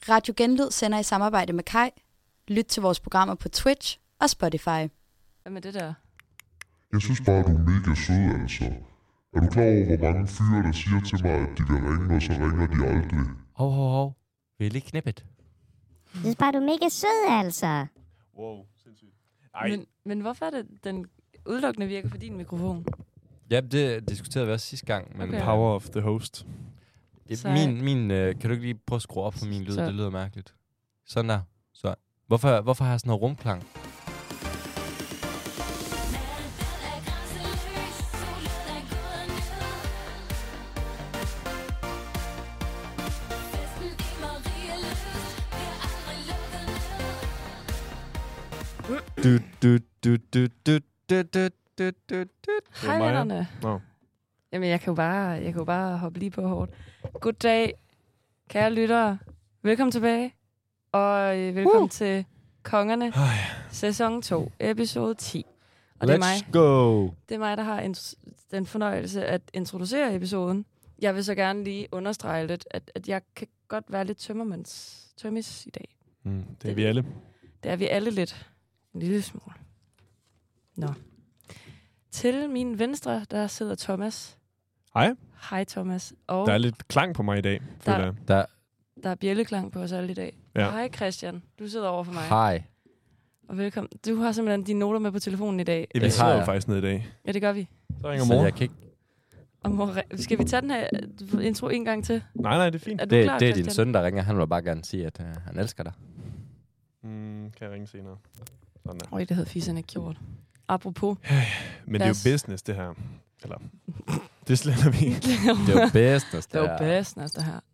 Radio Genlyd sender i samarbejde med Kai. Lyt til vores programmer på Twitch og Spotify. Hvad med det der? Jeg synes bare, du er mega sød, altså. Er du klar over, hvor mange fyre, der siger til mig, at de vil ringe, og så ringer de aldrig? Hov. Vi er lige knippet. Jeg synes bare, du er mega sød, altså. Wow, sindssygt. Men hvorfor er det, den udelukkende virker for din mikrofon? Ja, det diskuterede vi også sidste gang. Men Okay. Power of the host. Min kan du ikke lige prøve at skrue op for min lyd? Så. Det lyder mærkeligt. Sådan der. Så. Hvorfor har jeg sådan noget rumklang? Hej, mig, ja. vennerne. Nå. Jamen, jeg kan jo bare hoppe lige på hårdt. Goddag, kære lyttere. Velkommen tilbage. Og velkommen til Kongerne, sæson 2, episode 10. Og Let's go! det er mig, der har den fornøjelse at introducere episoden. Jeg vil så gerne lige understrege lidt, at jeg kan godt være lidt tømmis i dag. Det er vi alle. Det er vi alle lidt. En lille smule. Nå. Til min venstre, der sidder Thomas. Hej. Hej, Thomas. Og Der er lidt klang på mig i dag, føler jeg. der er bjælleklang på os alle i dag. Ja. Hej, Christian. Du sidder over for mig. Hej. Og velkommen. Du har simpelthen dine noter med på telefonen i dag. Vi har sidder jo jeg. faktisk ned i dag. Ja, det gør vi. Så ringer Så mor. jeg kan ikke... Og skal vi tage den her intro en gang til? Nej, det er fint. Er du klar, Det er din Christian? søn, der ringer. Han vil bare gerne sige, at han elsker dig. Kan jeg ringe senere? Sådan der. Øj, det havde Fisan ikke gjort. Apropos. Men det er jo business, det her. Eller, det sletter vi ikke. Det er jo business, Det var business, det her.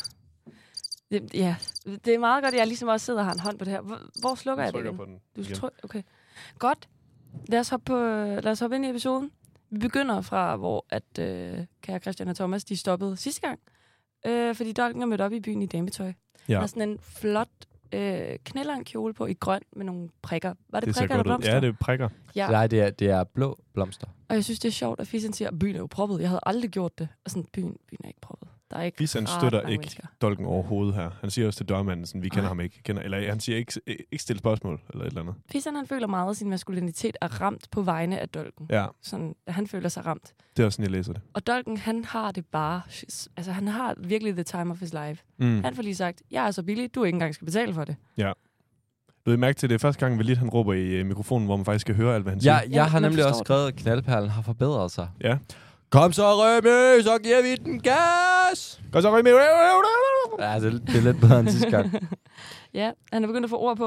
Ja. Det er meget godt, at jeg ligesom også sidder og har en hånd på det her. Hvor slukker jeg det igen? På den. Du igen. okay. Godt. Lad os hoppe ind i episoden. Vi begynder fra, hvor kære Christian og Thomas, de stoppede sidste gang. Fordi Dolken er mødt op i byen i dametøj. Ja. Der er sådan en flot knælang kjole på i grøn med nogle prikker. Var det Det ser prikker eller godt ud. blomster? Ja, det er prikker. Ja. Nej, det er blå blomster. Og jeg synes, det er sjovt, at Fisan siger, at byen er jo proppet. Jeg havde aldrig gjort det. Og sådan, byen er ikke proppet. Der er ikke Fisan ret støtter mange ikke mennesker. Dolken overhovedet her. Han siger også til dørmanden, sådan, vi kender ham ikke. Eller han siger ikke stille spørgsmål, eller et eller andet. Fisan, han føler meget, at sin maskulinitet er ramt på vegne af Dolken. Ja, Sådan, han føler sig ramt. det er også sådan, jeg læser det. Og Dolken, han har det bare... Altså, han har virkelig the time of his life. Mm. Han får lige sagt, jeg er så billig, du ikke engang skal betale for det. Du har mærke til, det er første gang, han råber i mikrofonen, hvor man faktisk kan høre alt, hvad han siger. Jeg har man nemlig også forstår skrevet, at knaldperlen har forbedret sig. Ja. Kom så, Remy, så giver vi den gas! Godt så, Remy. Ja, det er lidt bedre end sidste gang. Ja, han er begyndt at få ord på.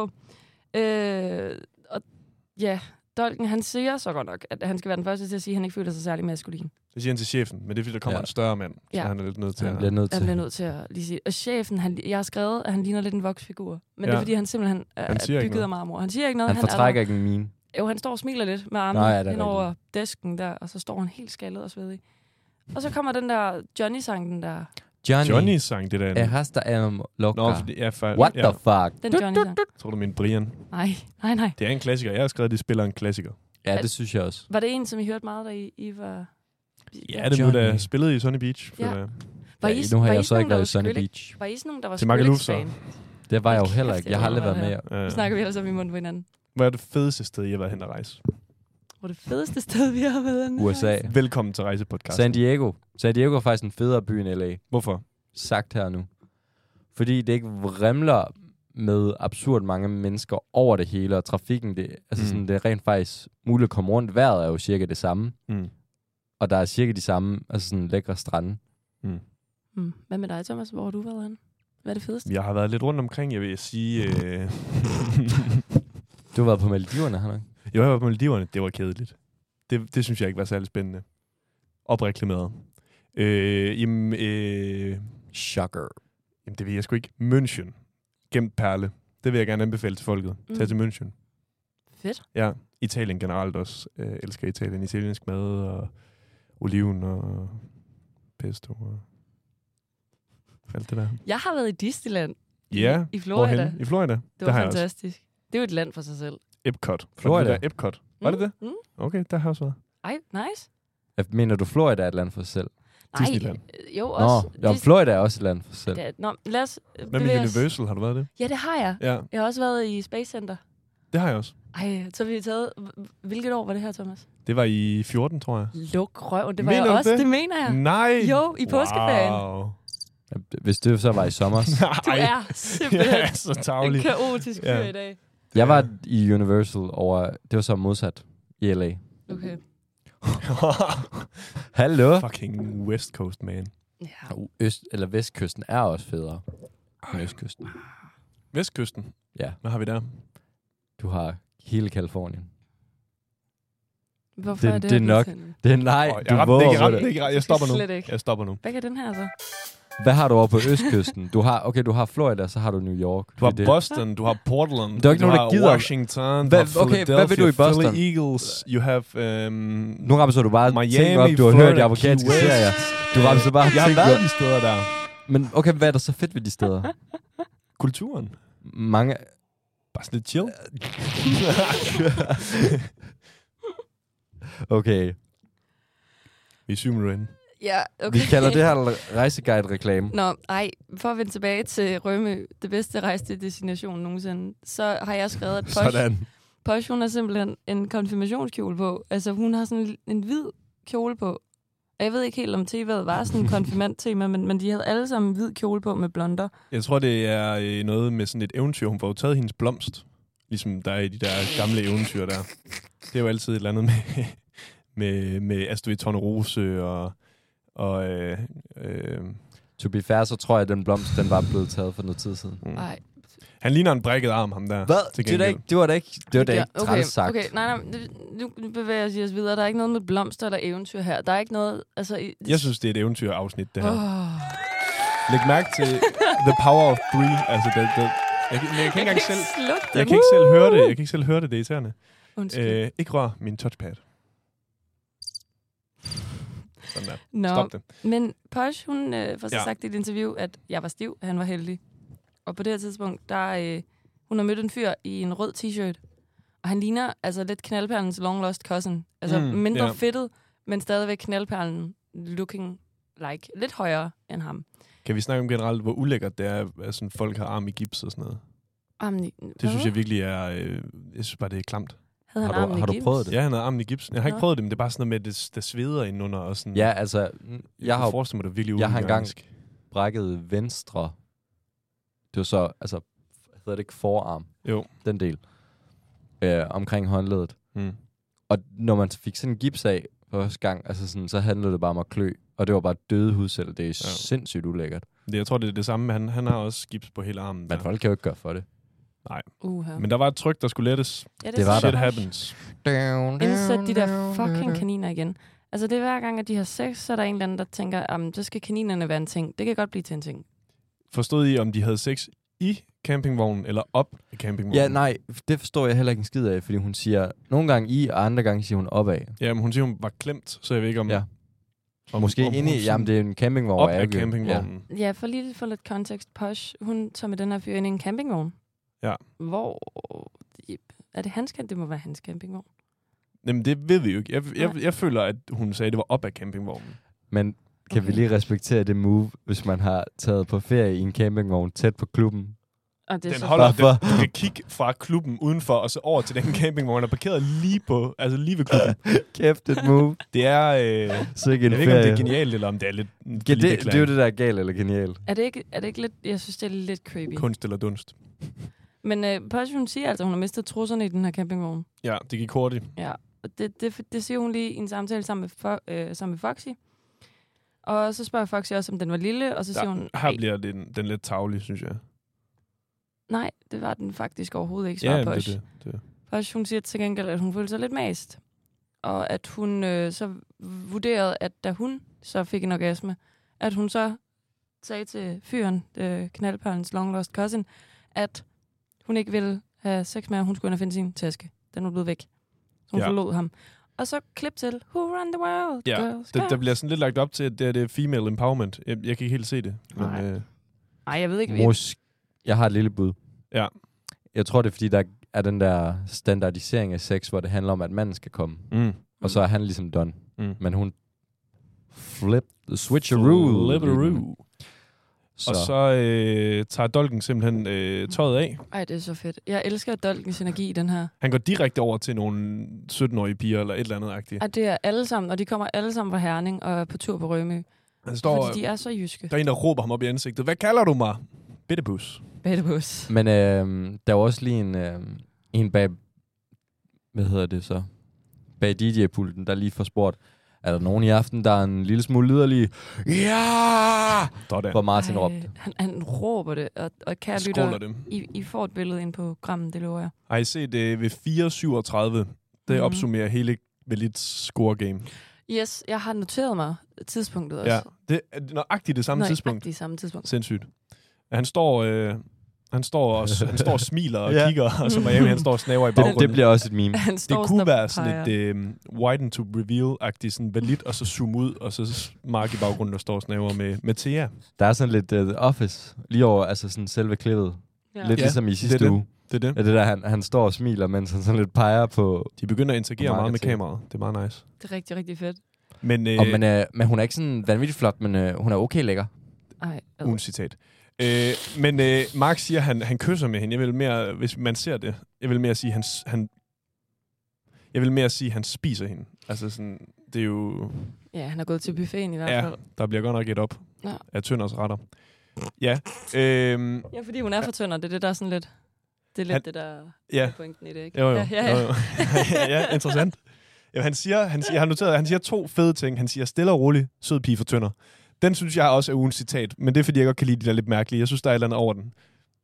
Og ja, Dolken, han siger så godt nok, at han skal være den første til at sige, at han ikke føler sig særlig maskulin. Det siger han til chefen, men det er fordi, der kommer en større mand. Så Ja. han er lidt nødt til Han at... bliver nødt Jeg til. bliver nødt til at lige sige. Og chefen, jeg har skrevet, at han ligner lidt en voksfigur. Men det er fordi, han simpelthen Han er siger ikke bygget af noget. marmor. Han siger ikke noget. Han er fortrækker der. ikke en mine. Jo, han står og smiler lidt med Nå, ja, armene det er hen over desken der, og så står han helt skaldet og svedig. Og så kommer den der Johnny-sang, den der... Johnny sang det der. Jeg hasta am loka. Nå, fordi jeg er What the fuck? Den Johnny-sang. Tror du, min Brian? Nej. Det er en klassiker. Jeg har skrevet, at de spiller en klassiker. Ja, det synes jeg også. Var det en, som I hørte meget, da I var... Ja, det blev da Johnny. spillet i Sunny Beach. Ja. føler jeg. Var Ja, nu har jeg så ikke været i Sunny Beach. Var I sådan nogen, der var Til Magaluf, så. Skrillex-fan? Det var jeg jo Kæft, heller ikke. Jeg har aldrig været med. Nu snakker vi ellers om i munden på hinanden. Hvad er det fedeste sted, I har været hen at rejse? Hvor det fedeste sted, vi har været. USA. Velkommen til Rejsepodcast. San Diego. San Diego er faktisk en federe by end LA. Hvorfor? Sagt her nu. Fordi det ikke vrimler med absurd mange mennesker over det hele, og trafikken, sådan, det er rent faktisk muligt at komme rundt. Vejret er jo cirka det samme. Mm. Og der er cirka de samme, altså sådan lækre strande. Hvad med dig, Thomas? Hvor har du været henne? Hvad er det fedeste? Jeg har været lidt rundt omkring, jeg vil sige... Du har været på Maldiverne, Henrik. Jeg har været på Maldiverne. Det var kedeligt. Det synes jeg ikke var særlig spændende. Opreklameret. Shocker. Jamen, det ved jeg sgu ikke. München. Gemt perle. Det vil jeg gerne anbefale til folket. Tag til München. Fedt. Ja, Italien generelt også. Elsker Italien. Italiensk mad og oliven og pesto og alt det der. Jeg har været i Disneyland Ja, i Florida. hvorhenne? I Florida? Det var har jeg også. fantastisk. Det er jo et land for sig selv. Epcot. Florida? Det der Epcot. Var det det? Mm. Okay, der har jeg også været. Ej, nice. Mener du Florida er et land for sig selv? Disneyland. Jo, også. Florida er også et land for selv. Lad os Hvad med Universal? Har du været det? Ja, det har jeg. Ja, Jeg har også været i Space Center. det har jeg også. Ej, så vi har taget... Hvilket år var det her, Thomas? Det var i 14, tror jeg. Luk røven, det var Mener jeg du også. det? Det mener jeg. Nej! Jo, i påskeferien. Wow. Hvis det så var i sommer. Du er simpelthen Ja, så en tavlig. kaotisk fyr Ja. i dag. Jeg var i Universal over... Det var så modsat i LA. Okay. Hallo? Fucking West Coast, man. Ja. Vestkysten er også federe end østkysten. Vestkysten? Ja. Hvad har vi der? Du har hele Kalifornien. Hvorfor er det er nok. Det er nej, du våger på det. Jeg stopper nu. Slet ikke. Jeg stopper nu. Hvad kan den her så? Hvad har du over på østkysten? Du har Florida, så har du New York. Du har Det er det. Boston, du har Portland, Der er ikke du nogen, der har gider. Washington, Hvad vil du i Boston? Philly Eagles, you have... Nu rammer du bare Miami, ting op, du har Florida, hørt i amerikanske Key West. serier. Du rammer så bare Jeg har ting været op. de steder der. Men okay, hvad er der så fedt ved de steder? Kulturen. Mange... Bare sådan lidt chill. Okay, Vi er 7 minutter inde. Ja, okay. vi kalder det her rejseguide-reklame. Nå, for at vende tilbage til Rømø, det bedste rejsedestination nogensinde, så har jeg skrevet, at Sådan. Posh, hun har simpelthen en konfirmationskjole på. Altså, hun har sådan en hvid kjole på. Og jeg ved ikke helt, om temaet var sådan en konfirmand-tema, men de havde alle sammen en hvid kjole på med blonder. Jeg tror, det er noget med sådan et eventyr. Hun får jo taget hendes blomst. Ligesom der er i de der gamle eventyr der. Det er jo altid et eller andet med Astrid Tornerose og To be fair, så tror jeg, at den blomst, den var blevet taget for noget tid siden. Nej. Han ligner en brækket arm, ham der. Hvad? Det var da ikke Okay, træls sagt. okay, nej, nu bevæger vi os videre. Der er ikke noget med blomster eller eventyr her. Der er ikke noget, altså... Jeg synes, det er et eventyrafsnit, det her. Oh. Læg mærke til the power of three. Altså, jeg kan ikke engang selv... slukke Jeg kan ikke selv høre det. Jeg kan ikke selv høre det, det er irriterende. Undskyld. Ikke rør min touchpad. Sådan der. Nå, Stop det. men Posh, hun får så Ja. sagt i et interview, at jeg var stiv, han var heldig. Og på det her tidspunkt, der hun har mødt en fyr i en rød t-shirt. Og han ligner altså lidt knaldperlens long lost cousin. Altså mindre fedtet, men stadigvæk knaldperlen looking like. Lidt højere end ham. Kan vi snakke om generelt, hvor ulækkert det er, at sådan folk har arm i gips og sådan noget? Det synes jeg virkelig er... jeg synes bare, det er klamt. Havde han Har du prøvet det? Ja, han havde armen i gips. Jeg har ikke prøvet det, men det er bare sådan noget med, at det sveder indenunder. Og sådan, Ja, altså... Jeg har forestiller mig, det er virkelig jeg har engang uhygienisk. brækket venstre... Det var så... Altså, hedder det ikke forarm? Jo. Den del. Omkring håndledet. Mm. Og når man fik sådan en gips af første gang, altså sådan, så handlede det bare om at klø. Og det var bare døde hudceller. Det er sindssygt ulækkert. Jeg tror, det er det samme. Han har også gips på hele armen. Men folk kan jo ikke gøre for det. Nej. Uh-huh. Men der var et tryk, der skulle lettes. Ja, det var så Shit der. happens. Indsæt de der fucking kaniner igen. Altså, det er hver gang, at de har sex, så er der en eller anden, der tænker, så skal kaninerne være en ting. Det kan godt blive til en ting. Forstod I, om de havde sex i campingvognen eller op i campingvognen? Ja, nej, det forstår jeg heller ikke en skid af, fordi hun siger, nogle gange i, og andre gange siger hun opad. Ja, men hun siger, hun var klemt, så jeg ved ikke om... Ja. om Måske om inde hun i, jamen det er en campingvogn. op er af jo ikke- campingvognen. Ja, for lige at få lidt kontekst. Posh, hun tager med den her fyr ind i en campingvogn. Ja. Hvor... Er det hans campingvogn? Det må være hans campingvogn. Jamen, det ved vi jo ikke. Jeg føler, at hun sagde, at det var op af campingvognen. Men kan vi lige respektere det move, hvis man har taget på ferie i en campingvogn tæt på klubben? Og det er Den så holder, Hvorfor? du kan kigge fra klubben udenfor, og så over til den campingvogn, der er parkeret lige ved klubben. Kæft, et move. Det er... Så ikke en jeg ved ikke, om det er ferie. genialt, eller om det er lidt... Ja, det er jo det, der er galt eller genialt. Er det ikke lidt... Jeg synes, det er lidt creepy. Kunst eller dunst. Men Posh, hun siger altså, at hun har mistet trusserne i den her campingvogn. Ja, det gik hurtigt. Ja, og det siger hun lige i en samtale sammen med Foxy. Og så spørger Foxy også, om den var lille, og så siger hun... Her bliver den lidt tavlig, synes jeg. Nej, det var den faktisk overhovedet ikke, svarer Posh. det. Posh, hun siger til gengæld, at hun følte sig lidt mast. Og at hun så vurderede, at da hun så fik en orgasme, at hun så sagde til fyren, knaldperlens long lost cousin, at hun ikke ville have sex med, og hun skulle ind og finde sin taske. Den var blevet væk. Så hun forlod ham. Og så klip til Who Run the World, Ja, girls, der bliver sådan lidt lagt op til, at det er female empowerment. Jeg kan ikke helt se det. Men, Nej. Nej, jeg ved ikke. Jeg har et lille bud. Ja. Jeg tror, det er, fordi der er den der standardisering af sex, hvor det handler om, at manden skal komme. Mm. Og så er han ligesom done. Mm. Men hun Flip the switcheroo. Flipperoo. Og så tager Dolken simpelthen tøjet af. Ej, det er så fedt. Jeg elsker Dolkens energi i den her. Han går direkte over til nogle 17-årige piger eller et eller andet-agtigt. Og det er alle sammen, og de kommer alle sammen fra Herning og er på tur på Rømø. Han står, fordi de er så jyske. der er en, der råber ham op i ansigtet. Hvad kalder du mig? Bittebus. Bittebus. Men der var også lige en bag, hvad hedder det så? Bag DJ-pulten, der lige får spurgt, er der nogen i aften, der er en lille smule lyderlig? Ja! Hvor Martin råbte. Han råber det, og kære lytter, I får et billede ind på grammen, det lover jeg. Har I set ved 4.37, det opsummerer hele Velits score-game. Yes, jeg har noteret mig tidspunktet også. Ja, det er nøjagtigt det samme tidspunkt. Nøjagtigt samme tidspunkt. Sindssygt. Han står og smiler og kigger, og så Miami, han står og snaver i baggrunden. Det bliver også et meme. Det kunne være sådan et widen to reveal-agtigt, sådan Velit, og så zoom ud, og så Mark i baggrunden, der står og snaver med Thea. Der er sådan lidt Office lige over, altså sådan selve klippet. Ja. Lidt ligesom i sidste uge. Det er det. Ja, det der, han står og smiler, mens han sådan lidt peger på... De begynder at interagere meget med kameraet. Det er meget nice. Det er rigtig, rigtig fedt. Men hun er ikke sådan vanvittigt flot, men hun er okay lækker. Ej. Uden citat. Men Mark siger, at han kysser med hende. Jeg vil mere, hvis man ser det, jeg vil mere sige, han spiser hende. Altså sådan, det er jo... Ja, han er gået til buffeten i hvert fald. Ja, der bliver godt nok et op af Tønders retter. Ja. Ja, fordi hun er for Tønder. Det er det, der er sådan lidt... Det er lidt det, der er pointen i det, ikke? Jo. Ja. Ja, interessant. Ja, han siger 2 fede ting. Han siger stille og rolig, sød pige for Tønder. Den synes jeg også er ugens citat, men det er, fordi jeg godt kan lide de der lidt mærkelige. Jeg synes, der er et eller andet over den.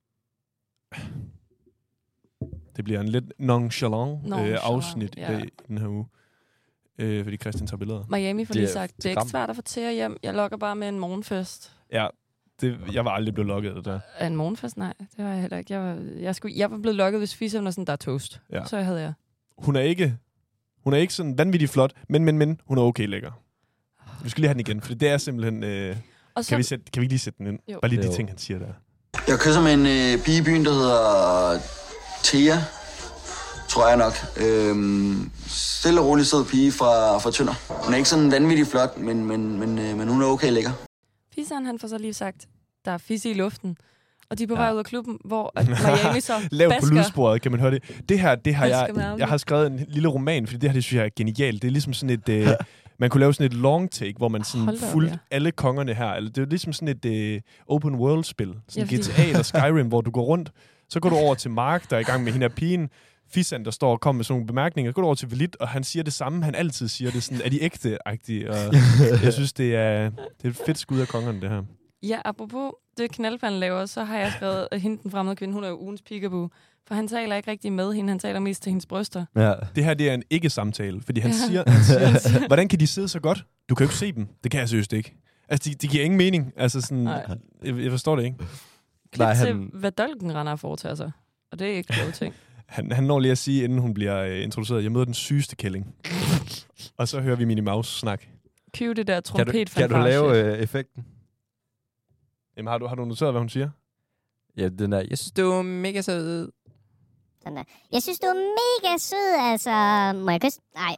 Det bliver en lidt nonchalant afsnit i den her uge, fordi Christian tager billeder. Miami får lige sagt, det er ikke svært at få til hjem. Jeg logger bare med en morgenfest. Ja, jeg var aldrig blevet logget det der. En morgenfest? Nej, det var jeg heller ikke. Jeg var blevet logget, hvis Fisem var sådan, der er toast. Ja. Så havde jeg. Hun er ikke sådan vanvittigt flot, men hun er okay lækker. Vi skal lige have den igen, for det er simpelthen... kan vi ikke lige sætte den ind? Jo. Bare lige de ting, han siger der. Jeg kysser med en pige i byen, der hedder Thea, tror jeg nok. Stille og rolig sød pige fra Tønder. Hun er ikke sådan vanvittigt flot, men hun er okay lækker. Fisseren, han får så lige sagt, der er fisse i luften. Og de er på vej ud af klubben, hvor Miami så lav på lydsporet, kan man høre det. Det har jeg har skrevet en lille roman, fordi det her, det synes jeg er genialt. Det er ligesom sådan et... Man kunne lave sådan et long take, hvor man sådan fulgte alle kongerne her. Det er jo ligesom sådan et open world-spil. Sådan GTA eller Skyrim, hvor du går rundt. Så går du over til Mark, der er i gang med hende af pigen. Fisan, der står og kommer med sådan nogle bemærkninger. Så går du over til Velit, og han siger det samme. Han altid siger det sådan, er de ægte-agtige? Og jeg synes, det er et fedt skud af kongerne, det her. Ja, apropos det knaldpanden laver, så har jeg skrevet, at hende, den fremmede kvinde, hun er jo ugens peekaboo. For han taler ikke rigtig med hende, han taler mest til hendes bryster. Ja. Det her, det er en ikke-samtale, fordi han siger, hvordan kan de sidde så godt? Du kan jo ikke se dem. Det kan jeg seriøst ikke. Altså, de giver ingen mening. Altså, sådan, jeg forstår det ikke. Klip til, hvad Dolken render og foretager sig. Og det er ikke kloge ting. Han når lige at sige, inden hun bliver introduceret, jeg møder den sygeste kælling. Og så hører vi Minnie Mouse snak. Cue det der trompet. Kan du lave effekten? Jamen, har du noteret, hvad hun siger? Ja, den der, jeg synes, du er mega sød. Sådan der. Jeg synes, du er mega sød, altså. Må jeg kysse? Nej.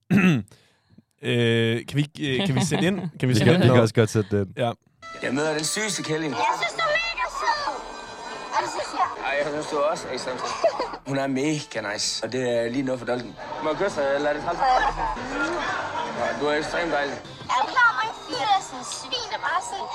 Kan vi sætte ind? Kan vi sætte ind? Vi kan også godt sætte den. Ja. Jeg møder den sygeste kælling. Jeg synes, du er mega sød. Ej, jeg synes, du også er ekstremt sød. Hun er mega nice, og det er lige noget for Dolken. Må jeg kysse, eller er det træls? Du er ekstremt dejlig. Er du klar, mange fyre, der sådan sviner bare sådan?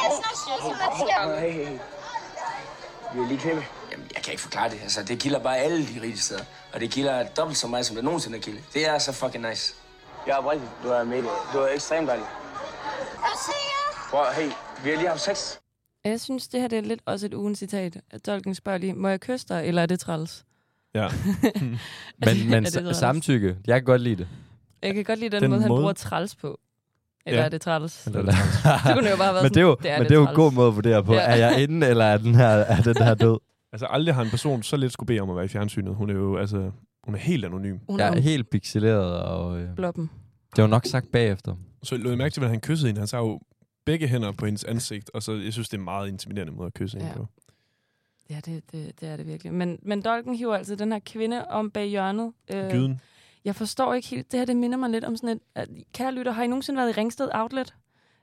Hey. Vi er lige klippe. Jamen, jeg kan ikke forklare det. Altså, det kilder bare alle de rigtige steder. Og det kilder dobbelt så meget, som det nogensinde er kildet. Det er så fucking nice. Jeg er oprigtig. Du er med det. Du er ekstremt dejlig. Er du sikker? Prøv, hey, vi har lige haft sex. Jeg synes, det her det er lidt også et ugens citat. Dolken spørger lige, må jeg kysse dig, eller er det træls? Ja. men samtykke, jeg kan godt lide det. Jeg kan godt lide den måde, han bruger træls på. Eller er det træls? Det kunne jo bare have været men det er jo en god måde at vurdere på. Ja. Er jeg inde, eller er den her død? Altså, aldrig har en person så lidt skulle bede om at være i fjernsynet. Hun er jo, altså, hun er helt anonym. Hun er helt pixeleret. Og bloppen. Det var nok sagt bagefter. Så lød jeg mærke til, hvordan han kyssede hende. Han sagde jo begge hænder på hendes ansigt, og så, jeg synes, det er en meget intimiderende måde at kysse hende på. Ja, det er det virkelig. Men Dolken hiver altså den her kvinde om bag hjørnet. Gyden. Jeg forstår ikke helt. Det her, det minder mig lidt om sådan et... Kære lytter, har I nogensinde været i Ringsted Outlet?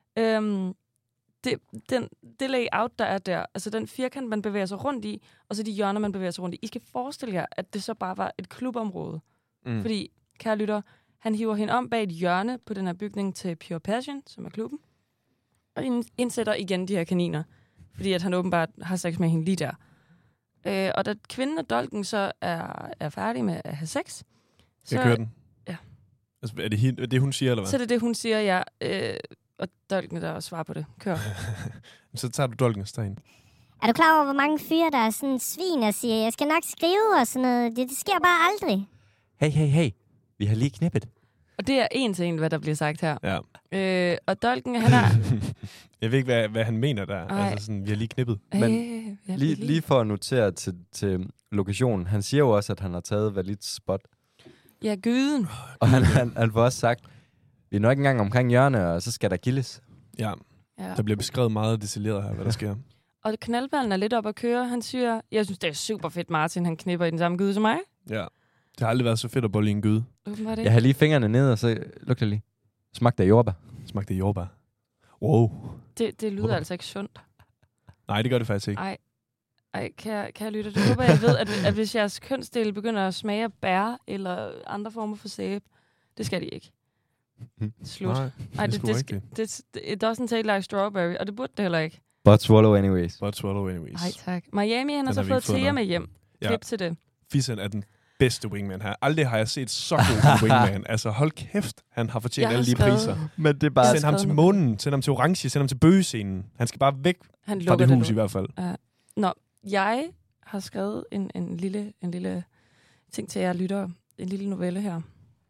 Det layout, der er der, altså den firkant, man bevæger sig rundt i, og så de hjørner, man bevæger sig rundt i. I skal forestille jer, at det så bare var et klubområde. Fordi, kære lytter, han hiver hende om bag et hjørne på den her bygning til Pure Passion, som er klubben, og indsætter igen de her kaniner, fordi at han åbenbart har sex med hende lige der. Og da kvinden og dolken så er færdige med at have sex, så... Jeg kører den. Ja. Altså, er det, hun siger, eller hvad? Så er det, hun siger, ja. Og dolken der svarer på det. Kør. Så tager du dolken og stegen. Er du klar over, hvor mange fyre, der er sådan svin og siger, jeg skal nok skrive og sådan noget? Det sker bare aldrig. Hey. Vi har lige knippet. Og det er en til en, hvad der bliver sagt her. Ja. Og dolken, han er... Jeg ved ikke, hvad han mener der. Altså sådan, vi har lige knippet. Men lige for at notere til lokationen. Han siger jo også, at han har taget Valids spot. Ja, gyden. Og han får også sagt, vi er nok ikke engang omkring hjørne, og så skal der kildes. Ja. Der bliver beskrevet meget detaljeret her, hvad der sker. Og knaldballen er lidt op at køre. Han siger, jeg synes, det er super fedt, Martin, han knipper i den samme gyde som mig. Ja. Det har aldrig været så fedt at bolle i en gyde. Jeg har lige fingrene ned, og så lugter lige. Smagte af jordbær. Smagte af jordbær. Wow. Det lyder altså ikke sundt. Nej, det gør det faktisk ikke. Ej, kan jeg lytte? Det håber jeg ved, at hvis jeres kønsdele begynder at smage af bær eller andre former for sæbe, det skal de ikke. Slut. Nej, it doesn't taste like strawberry, og det burde det heller ikke. But swallow anyways. Nej, tak. Miami, han har så fået Thea med hjem. Klip til det. Fissen er den bedste wingman her. Aldrig har jeg set så god en wingman. Altså, hold kæft, han har fortjent alle de priser. Men det er bare... Send ham til månen, send ham til orange, send ham til bøgescenen. Han skal bare væk fra det hus i hvert fald. Nå, jeg har skrevet en lille ting til jer lyttere. En lille novelle her.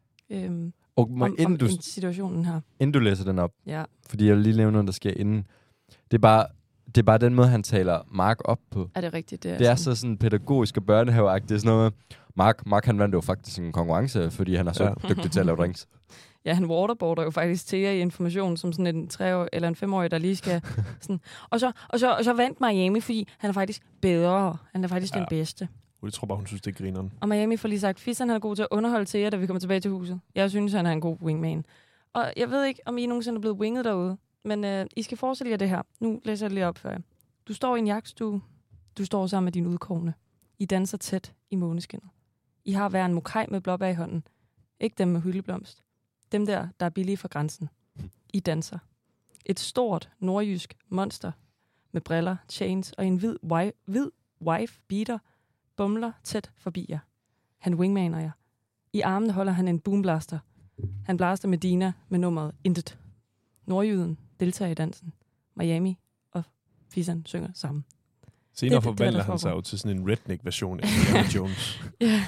Om situationen her. Inden du læser den op. Ja. Fordi jeg vil lige nævne noget, der sker inden. Det er bare den måde, han taler Mark op på. Er det rigtigt? Det er så sådan pædagogisk og børnehaveagtigt. Sådan noget med, Mark han vandt jo faktisk en konkurrence, fordi han er så dygtig til at lave drinks. Ja, han waterboarder jo faktisk til jer i information, som sådan en 3-årig eller en 5-årig, der lige skal sådan. Og så vandt Miami, fordi han er faktisk bedre. Han er faktisk den bedste. Jeg tror bare, hun synes, det er grineren. Og Miami får lige sagt, Fissen han er god til at underholde til jer, da vi kommer tilbage til huset. Jeg synes, han er en god wingman. Og jeg ved ikke, om I nogensinde er blevet winget derude, men I skal forestille jer det her. Nu læser jeg det lige op for jer. Du står i en jagtstue. Du står sammen med din udkårne. I danser tæt i måneskinnet. I har hver en mokaj med blåbær i hånden. Ikke dem med hyldeblomst. Dem der er billige fra grænsen. I danser. Et stort nordjysk monster med briller, chains og en hvid wife beater bumler tæt forbi jer. Han wingmaner jer. I armene holder han en boomblaster. Han blaster med Dina med nummeret Intet. Nordjyden deltager i dansen. Miami og Fisan synger sammen. Senere forvandler han sig jo til sådan en redneck-version af Indiana Jones. Ja,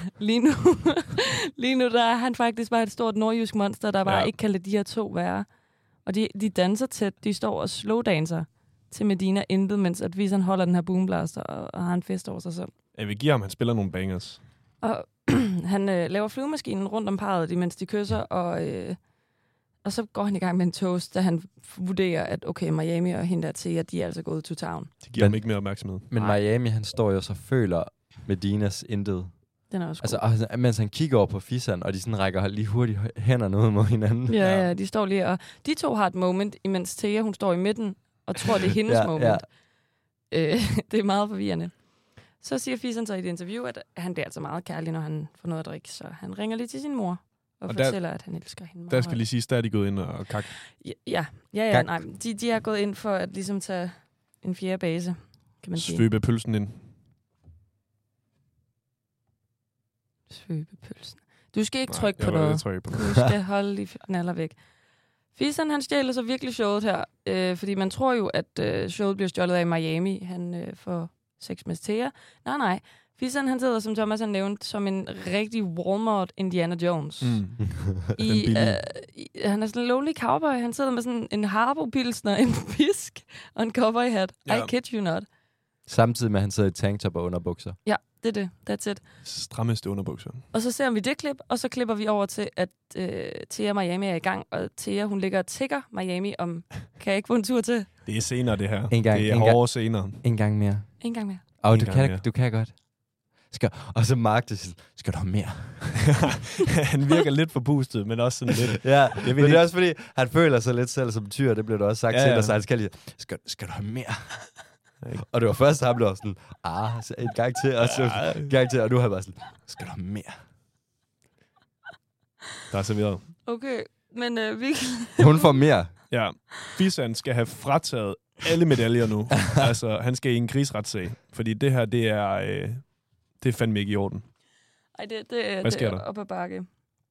lige nu der er han faktisk bare et stort nordjysk monster, der bare ikke kan lade de her to være. Og de danser tæt. De står og slowdanser til Medina Intet, mens at Fisan holder den her boomblaster og har en fest over sig selv. Jeg vil give ham, han spiller nogle bangers. Og han laver flyvemaskinen rundt om parret, imens de kysser, og så går han i gang med en toast, da han vurderer, at okay, Miami og hende der til, at de er altså gået to town. Det giver ham ikke mere opmærksomhed. Men Miami, han står jo så føler Medinas Intet. Den er også altså, mens han kigger over på Fisan, og de sådan rækker lige hurtigt hænderne ud mod hinanden. Ja, de står lige, og de to har et moment, imens Thea, hun står i midten, og tror, det er hendes moment. Ja. Det er meget forvirrende. Så siger Fisan så i et interview, at han bliver altså meget kærlig, når han får noget at drikke, så han ringer lige til sin mor og fortæller, at han elsker hende meget. Der skal lige sige, at de er gået ind og kak. Ja, nej, de er gået ind for at ligesom tage en fjerde base, kan man sige. Svøbe pølsen ind. Svøbe pølsen. Du skal ikke trykke på noget. Du skal holde lige knaller væk. Fisan, han stjæler så virkelig showet her, fordi man tror jo, at showet bliver stjålet af Miami. Han får sex med Thea. Nej. Fisan, han sidder, som Thomas har nævnt, som en rigtig Walmart Indiana Jones. Han er sådan en lonely cowboy. Han sidder med sådan en Harbo-pilsner, en pisk og en cowboy-hat. I kid you not. Samtidig med, at han sidder i tanktop og underbukser. Ja, det er det. That's it. Strammeste underbukser. Og så ser vi det klip, og så klipper vi over til, at Thea og Miami er i gang, og Thea, hun ligger og tigger Miami om, kan jeg ikke få en tur til? Det er senere, det her. Det er hårde senere. En gang mere. En gang mere. Du kan godt. Og så Mark, skal du have mere? Han virker lidt forpustet, men også sådan lidt... Ja, men det er også fordi, han føler sig lidt selv som tyr, det blev der også sagt til dig, så han skal lige, skal du have mere? Og det var først, han blev sådan, så en gang til, og så en gang til, og nu har jeg bare sådan, skal du have mere? Der er serveret. Okay, men vi... Hun får mere. Ja, Fisan skal have frataget alle medaljer nu. Altså, han skal i en krigsretssag, fordi det her, det er fandme ikke i orden. Ej, hvad sker der? Op ad bakke.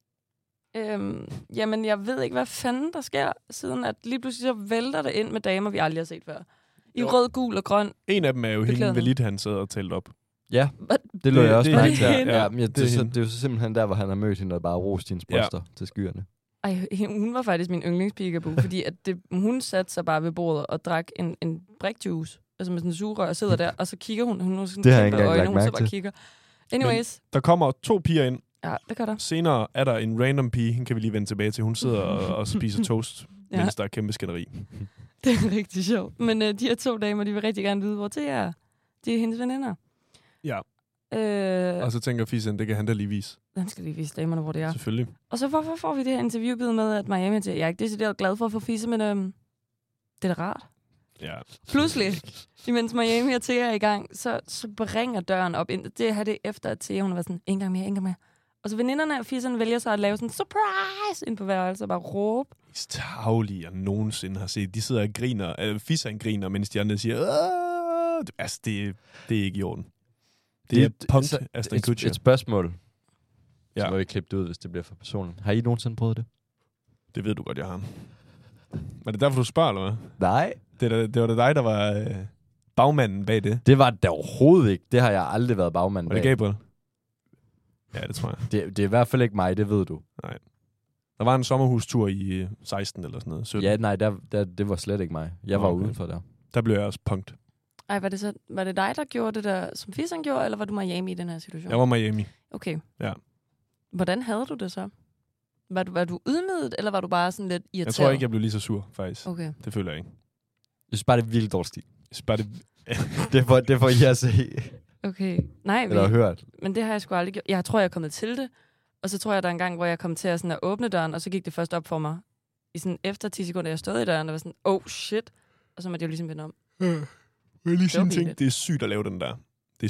Jamen, jeg ved ikke, hvad fanden der sker, siden at lige pludselig så vælter det ind med damer, vi aldrig har set før. I rød, gul og grøn. En af dem er jo hende Velit, han sad og talt op. Ja, det lå jeg også mærke til. Ja, det er jo simpelthen der, hvor han har mødt hende og bare rost hendes bryster til skyerne. Ej, hun var faktisk min yndlingspigaboo, fordi at hun satte sig bare ved bordet og drak en brikjuice, altså med sådan en sugerør, og sidder der, og så kigger hun har sådan kæmpe øjne, hun så bare kigger. Anyways. Men der kommer 2 piger ind. Ja, det gør der. Senere er der en random pige, hende kan vi lige vende tilbage til. Hun sidder og spiser toast, mens der er kæmpe skænderi. Det er rigtig sjovt. Men de her 2 damer, de vil rigtig gerne vide, hvor det er. De er hendes veninder. Ja. Og så tænker Fisan, det kan han da lige vise. Han skal lige vise damerne, hvor det er. Selvfølgelig. Og så hvorfor får vi det her interviewbid med, at Miami til? Jeg er ikke decideret glad for at få Fisa, men det er da rart. Ja. Pludselig, imens Miami og Thea er i gang, så bringer døren op ind. Det her det efter, at Thea, hun har været sådan, en gang mere. Og så veninderne af Fisan vælger sig at lave sådan en surprise ind på værelset og bare råbe. De tavlige, jeg nogensinde har set. De sidder og griner. Fisan griner, mens de andre siger, altså, det er ikke i orden. Det er punkt Aston Kutcher. Et spørgsmål. Så må vi klippe det ud, hvis det bliver for personligt. Har I nogensinde prøvet det? Det ved du godt, jeg har. Var det derfor, du spørger, eller hvad? Nej. Det var da dig, der var bagmanden bag det. Det var det overhovedet ikke. Det har jeg aldrig været bagmanden bag. Var det Gabriel? Ja, det tror jeg. Det er i hvert fald ikke mig, det ved du. Nej. Der var en sommerhustur i 16 eller sådan noget. 17. Ja, nej, det var slet ikke mig. Jeg var udenfor der. Der blev jeg også punkt. Ej, var det dig, der gjorde det der, som Fisan gjorde, eller var du Miami i den her situation? Jeg var Miami. Okay. Ja. Hvordan havde du det så? Var du ydmyget, eller var du bare sådan lidt irriteret? Jeg tror ikke, jeg blev lige så sur, faktisk. Okay. Det føler jeg ikke. Jeg synes bare, det er virkelig dårlig stil. Jeg synes bare, det får I at se. Okay. Nej, eller hørt. Men det har jeg sgu aldrig gjort. Jeg tror, jeg er kommet til det. Og så tror jeg, der er en gang, hvor jeg kom til at åbne døren, og så gik det først op for mig. I sådan efter 10 sekunder, jeg stod i døren, og var sådan, oh shit. Og så måtte jeg jo ligesom vende om. Jeg lige sige en ting. Det er sygt at lave den der.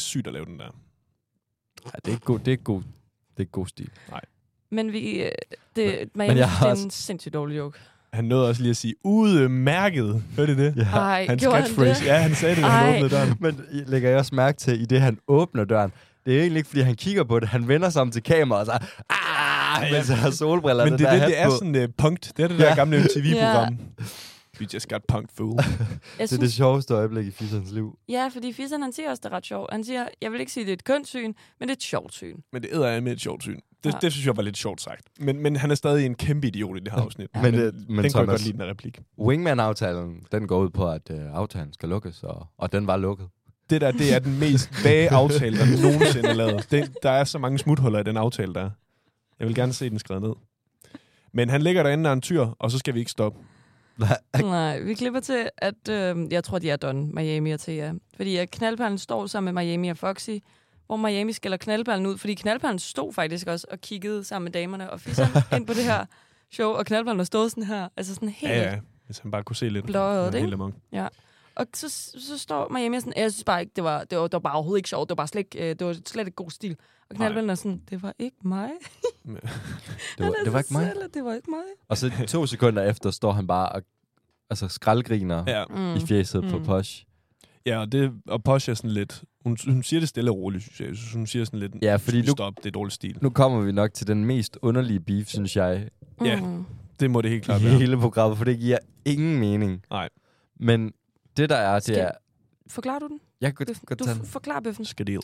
Ja, det er ikke god. Det er ikke god stil. Nej. Men Miami, det er en sindssygt dårlig joke. Han nåede også lige at sige, udmærket. Hørte det? Ja. Ej, hans catchphrase. Ja, han sagde det, da han åbnede døren. Men lægger jeg også mærke til, i det han åbner døren, det er egentlig ikke, fordi han kigger på det. Han vender sig om til kameraet og så mens han har solbriller. Men det er sådan punkt. Det er det der gamle MTV-program. We just got punked, fool. Det er det sjoveste øjeblik i Fisans liv. Ja, fordi Fisan, han siger også, det er ret sjovt. Han siger, jeg vil ikke sige, det er et kønssyn, men det er et sjovt syn. Men det er med et sjovt syn. Det synes jeg var lidt sjovt sagt. Men han er stadig en kæmpe idiot i det her afsnit. Ja. Men den kunne jeg godt lide, den replik. Wingman-aftalen, den går ud på, at aftalen skal lukkes, og den var lukket. Det er den mest vage aftale, der nogensinde er lavet. Der er så mange smuthuller i den aftale, der er. Jeg vil gerne se den skrevet ned. Men han ligger derinde af en tyr, og så skal vi ikke stoppe. Nej, vi klipper til, at jeg tror, de er done, Miami og Thea. Fordi at knaldperlen står sammen med Miami og Foxy, hvor Miami skælder knaldperlen ud, fordi knaldperlen stod faktisk også og kiggede sammen med damerne og Fisan ind på det her show, og knaldperlen har stået sådan her, altså sådan helt... Ja, hvis han bare kunne se lidt. Blåøjet, ikke? Helt ja. Og så står Miami sådan, jeg synes bare ikke, det var bare overhovedet ikke sjovt, det var slet ikke god stil. Og knaldperlen er sådan, det var ikke mig. det var ikke mig. Det var ikke mig. Og så 2 sekunder efter står han bare og skraldgriner i fjeset på Posh. Ja, og Posh er sådan lidt... Hun siger det stille og roligt, synes jeg. Jeg synes, hun siger sådan lidt... Ja, fordi stop, det er dårlig stil. Nu kommer vi nok til den mest underlige beef, synes jeg. Ja, det må det helt klart være. Hele programmet, for det giver ingen mening. Nej. Men det der er, det er... Forklarer du den? Jeg kan godt tage den. Forklar bøffen. Skadil.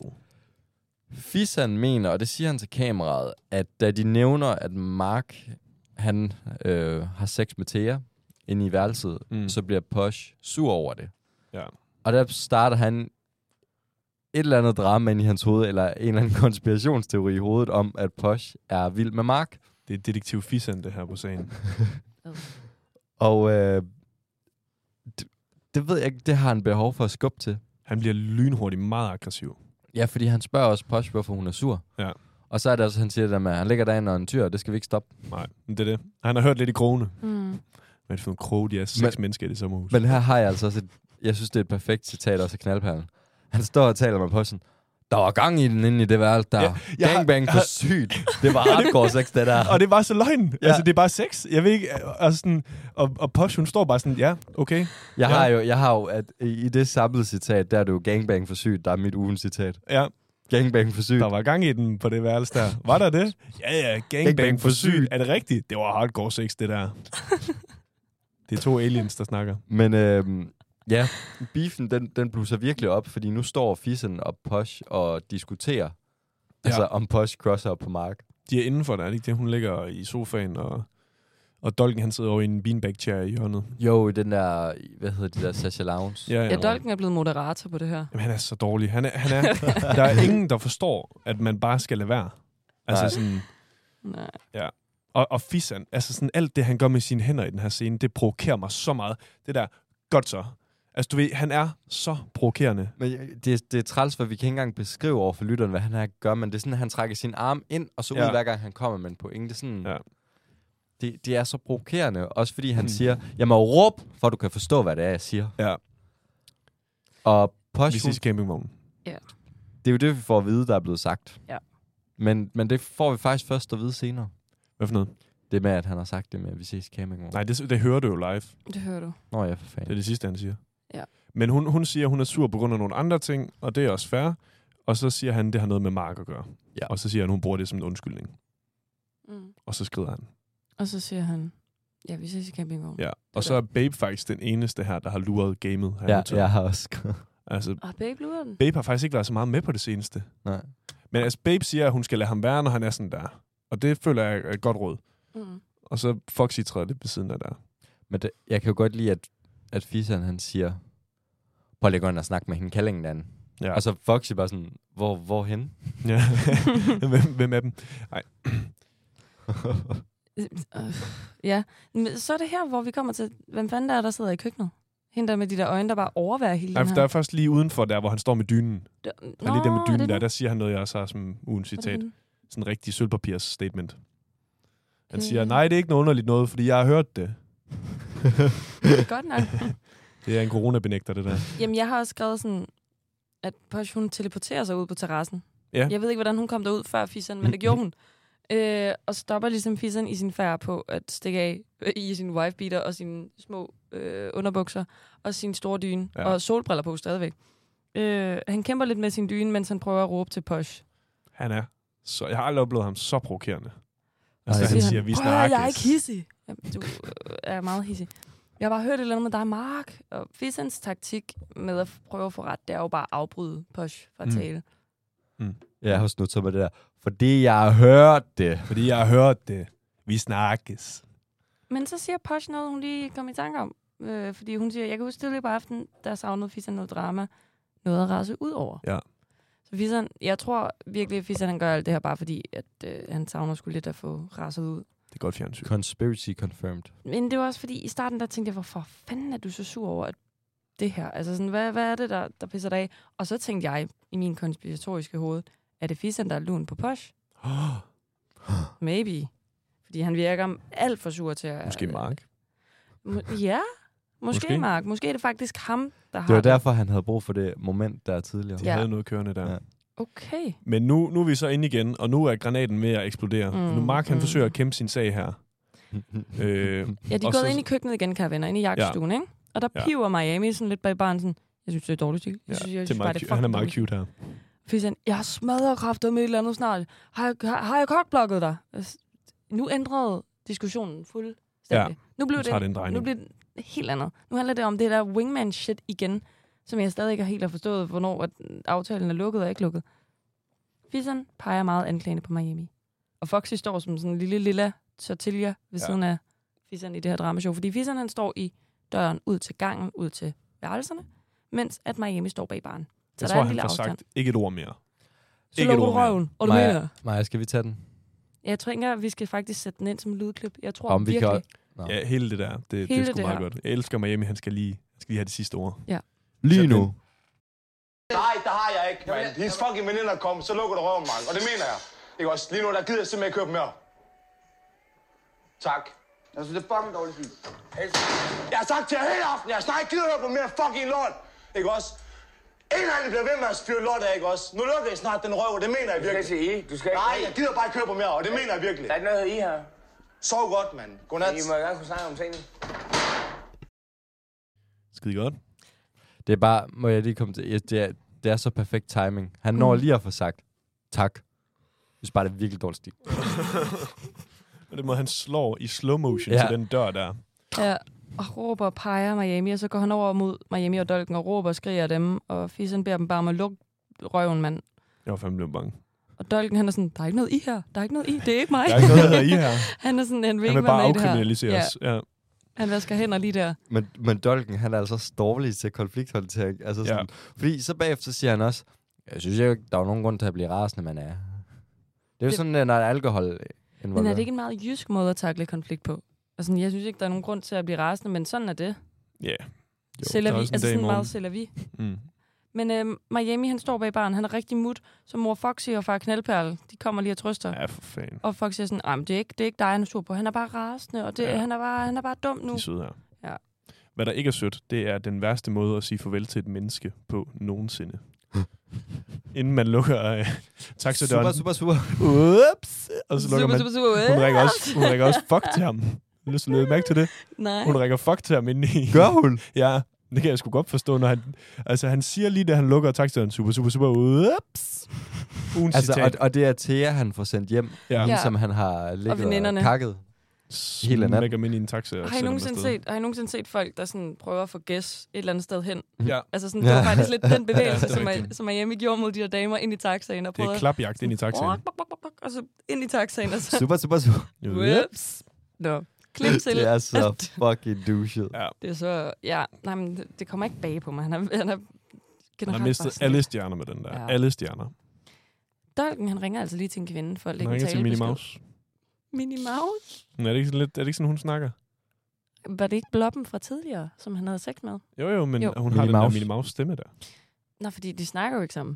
Fisan mener, og det siger han til kameraet, at da de nævner, at Mark han har sex med Thea inde i værelset, så bliver Posh sur over det. Ja. Og der starter han et eller andet drama ind i hans hoved, eller en eller anden konspirationsteori i hovedet om, at Posh er vild med Mark. Det er detektiv Fisan, det her på sagen. Og det ved jeg ikke, det har han behov for at skubbe til. Han bliver lynhurtigt meget aggressiv. Ja, fordi han spørger også Posh, hvorfor hun er sur. Ja. Og så er det også, han siger det der med, at han ligger derinde og en tyr, og det skal vi ikke stoppe. Nej, men det er det. Han har hørt lidt i krogene. Men for en krog, de er 6 mennesker i det sommerhus. Men her har jeg altså også jeg synes, det er et perfekt citat også af Knaldperlen. Han står og taler med Poshen. Der var gang i den inde i det værelse der. Gangbang for sygt. Det var hardcore sex, det der. Og det var så løgn. Ja. Altså, det er bare sex. Jeg ved ikke, og Posh, hun står bare sådan, ja, okay. Jeg har jo, at i det samlede citat, der er det jo gangbang for sygt, der er mit ugens citat. Ja. Gangbang for sygt. Der var gang i den på det værelse der. Var der det? Ja, gangbang for sygt. Er det rigtigt? Det var hardcore sex, det der. Det er 2 aliens, der snakker. Men ja, beefen, den blusser virkelig op, fordi nu står Fissen og Posh og diskuterer, altså om Posh crosser på Mark. De er indenfor der, er det ikke det? Hun ligger i sofaen, og Dolken, han sidder over i en beanbag chair i hjørnet. Jo, i den der, hvad hedder det der, Sasha Lounge. Ja, Dolken er blevet moderator på det her. Jamen, han er så dårlig. Han er der er ingen, der forstår, at man bare skal lade være. Altså sådan... Nej. Ja. Og Fissen, altså sådan alt det, han gør med sine hænder i den her scene, det provokerer mig så meget. Det der, godt så. Altså du ved, han er så provokerende. Men det er træls, for vi kan ikke engang beskrive over for lytteren, hvad han her gør, men det er sådan, at han trækker sin arm ind, og så ud hver gang han kommer med en pointe. Det er sådan... Ja. Det er så provokerende, også fordi han siger, jeg må råbe, for at du kan forstå, hvad det er, jeg siger. Ja. Og Posh... Vi ses campingvognen. Ja. Det er jo det, vi får at vide, der er blevet sagt. Ja. Men det får vi faktisk først at vide senere. Hvad for noget? Det med, at han har sagt det med, at vi ses campingvognen. Nej, det hører du jo live. Det hører du. Nå ja, for fanden. Det er det sidste, han siger. Ja. Men hun siger, at hun er sur på grund af nogle andre ting, og det er også fair. Og så siger han, at det har noget med Mark at gøre. Ja. Og så siger han, at hun bruger det som en undskyldning. Og så skrider han. Og så siger han, ja, vi ses i campingvognen. Ja, og så er Babe faktisk den eneste her, der har luret gamet. Ja, jeg har også skrevet. Altså, Babe lurer den? Babe har faktisk ikke været så meget med på det seneste. Nej. Men altså, Babe siger, at hun skal lade ham være, når han er sådan der. Og det føler jeg er et godt råd. Og så Foxy træder lidt ved siden af der. Men jeg kan jo godt lide, at Fisan, han siger, prøv lige at snakke med hende, kallingen anden. Ja. Og så Foxy bare sådan, hvorhen? Ja. Hvem er dem? Nej. Ja, så er det her, hvor vi kommer til, hvem fanden der sidder i køkkenet? Hende der med de der øjne, der bare overværer hele den her. Der er først lige udenfor der, hvor han står med dynen. Og lige der med dynen der siger han noget, jeg også har som ugens citat. Sådan en rigtig sølvpapirs statement. Han siger, nej, det er ikke noget underligt noget, fordi jeg har hørt det. Godt nok. Det er en coronabenægter, det der. Jamen, jeg har også skrevet sådan, at Posh, hun teleporterer sig ud på terrassen. Ja. Jeg ved ikke, hvordan hun kom derud før Fissen, men det gjorde hun. Og stopper ligesom Fissen i sin færd på at stikke af i sin wifebeater og sine små underbukser og sin store dyne og solbriller på stadigvæk. Han kæmper lidt med sin dyne, mens han prøver at råbe til Posh. Han er så... Jeg har aldrig oplevet ham så provokerende. Altså, han siger, vi snakkes. Jeg er ikke hissig. Du er meget hissig. Jeg har bare hørt et eller andet med dig, Mark. Og Fissens taktik med at prøve at få ret, det er jo bare at afbryde Posh fra at tale. Jeg har også noteret med det der. Fordi jeg har hørt det. Fordi jeg har hørt det. Vi snakkes. Men så siger Posh noget, hun lige kom i tanke om. Fordi hun siger, jeg kan huske tidligere på aftenen, der savnede Fissen noget drama. Noget at rase ud over. Ja. Så Fissen, jeg tror virkelig, at Fissen han gør alt det her bare fordi, at han savner sgu lidt at få raset ud. Det er godt fjernsyn. Conspiracy confirmed. Men det var også fordi, i starten der tænkte jeg, hvorfor fanden er du så sur over det her? Altså sådan, hvad er det, der pisser dig af? Og så tænkte jeg i min konspiratoriske hoved, er det Fissen, der er lun på Posh? Maybe. Fordi han virker alt for sur til at... Måske Mark. Måske Mark. Måske er det faktisk ham, der har... Det var derfor, han havde brug for det moment der tidligere. De havde noget kørende der. Ja. Okay. Men nu er vi så inde igen, og nu er granaten ved at eksplodere. Nu Mark, han forsøger at kæmpe sin sag her. Ja, de er gået ind i køkkenet igen, kære venner, ind i jagtstuen, ikke? Og der piver Miami sådan lidt bag barn, sådan, jeg synes, det er dårligt stil. Jeg synes bare, det er han er meget cute her. Fissen, jeg har smadret kræfter med et eller andet snart. Har jeg kokblokket dig? Nu ændrede diskussionen fuldstændig. Nu blev det helt andet. Nu handler det om det der wingman shit igen, som jeg stadig ikke helt har forstået, hvornår at aftalen er lukket og ikke lukket. Fissen peger meget anklagende på Miami. Og Foxy står som sådan en lille tortilla ved siden af Fissen i det her dramashow. Fordi Fissen, han står i døren ud til gangen, ud til værelserne, mens at Miami står bag baren. Så jeg tror, han får sagt ikke et ord mere. Så lukker du røven, og du mener. Maja, skal vi tage den? Jeg tror ikke, vi skal faktisk sætte den ind som lydklip. Jeg tror virkelig... Ja, hele det der. Det er sgu meget godt. Jeg elsker Miami, han skal lige have det sidste ord. Ja. Lige nu. Der der har jeg ikke, mand. Hendes fucking veninder kom, så lukker du røven, mand. Og det mener jeg. Ikke også? Lige nu, der gider jeg simpelthen ikke køre mere. Tak. Altså, det er fucking dårligt fint. Jeg har sagt til jer hele aften, jeg snart ikke gider høre på mere fucking lort. Ikke også? En af jer bliver ved med at fyre lort af, ikke også? Nu lukker I snart den røv, og det mener jeg virkelig. Du skal ikke sige I. Du skal ikke. Nej, jeg gider bare ikke køre på mere, og det mener jeg virkelig. Der er ikke noget I her. Sov godt, mand. Godnat. I må gerne kunne snakke om tingene. Skide godt. Det er bare, må jeg lige komme til, det er så perfekt timing. Han når lige at få sagt tak. Jeg synes bare, det er virkelig dårligt stil. Og det måde, han slår i slow motion til den dør der. Ja, og råber og peger Miami, og så går han over mod Miami og Dolken og råber og skriger dem, og Fissen beder dem bare om at lukke røven, mand. Jeg var fandme blevet bange. Og Dolken, han er sådan, der er ikke noget I her. Der er ikke noget I. Det er ikke mig. Der er ikke noget, der er I her. Han er sådan, han vil bare afkriminalisere os. Ja. Han vasker hænder lige der. Men Dolken, han er altså dårlig til konflikthåndtering. Altså sådan, fordi så bagefter siger han også, jeg synes ikke, der er nogen grund til at blive rasende, man er. Det er jo sådan, når alkohol involverer. Men er det ikke en meget jysk måde at takle konflikt på? Altså, jeg synes ikke, der er nogen grund til at blive rasende, men sådan er det. Ja. Yeah. Altså sådan meget sælger vi. Men Miami, han står bag baren, han er rigtig mut, så mor Foxy og far Knaldperle, de kommer lige og trøster. Ja, for fanden. Og Foxy er sådan, det er ikke dig, han er sur på. Han er bare rasende, og han er bare dum nu. De er søde her. Ja. Hvad der ikke er sødt, det er den værste måde at sige farvel til et menneske på nogensinde. Inden man lukker taxadøren. Super. Ups! Og så lukker man... Hun rækker også fuck til ham. Har du lyst til at lægge mærke til det? Nej. Hun rækker fuck til ham inde i... Gør hun? Ja, det kan jeg sgu godt forstå, når han... Altså, han siger lige, da han lukker taxadøren, super, ups! Altså, og det er Thea, han får sendt hjem, som han har ligget og kakket. Hele natten. Lægger ind i en taxa. Har I nogensinde set folk, der sådan prøver at få gæs et eller andet sted hen? Ja. Altså sådan, det var faktisk lidt den bevægelse, som Miami gjorde mod de der damer ind i taxaen. Og det er klapjagt ind i taxaen. Og så ind i taxaen. Og så super. Whoops. Nå. Klip til. Det er så fucking douchet. Ja. Det er så... Ja, nej, men det kommer ikke bag på mig. Han har mistet alle stjerner med den der. Ja. Alle stjerner. Dolken, han ringer altså lige til en kvinde for at lægge en talebesked. Han ringer til Minnie Mouse. Minnie Mouse? Er det ikke sådan, hun snakker? Var det ikke Blobben fra tidligere, som han havde sex med? Jo, men hun har den der Minnie Mouse stemme der. Nå, fordi de snakker jo ikke sammen.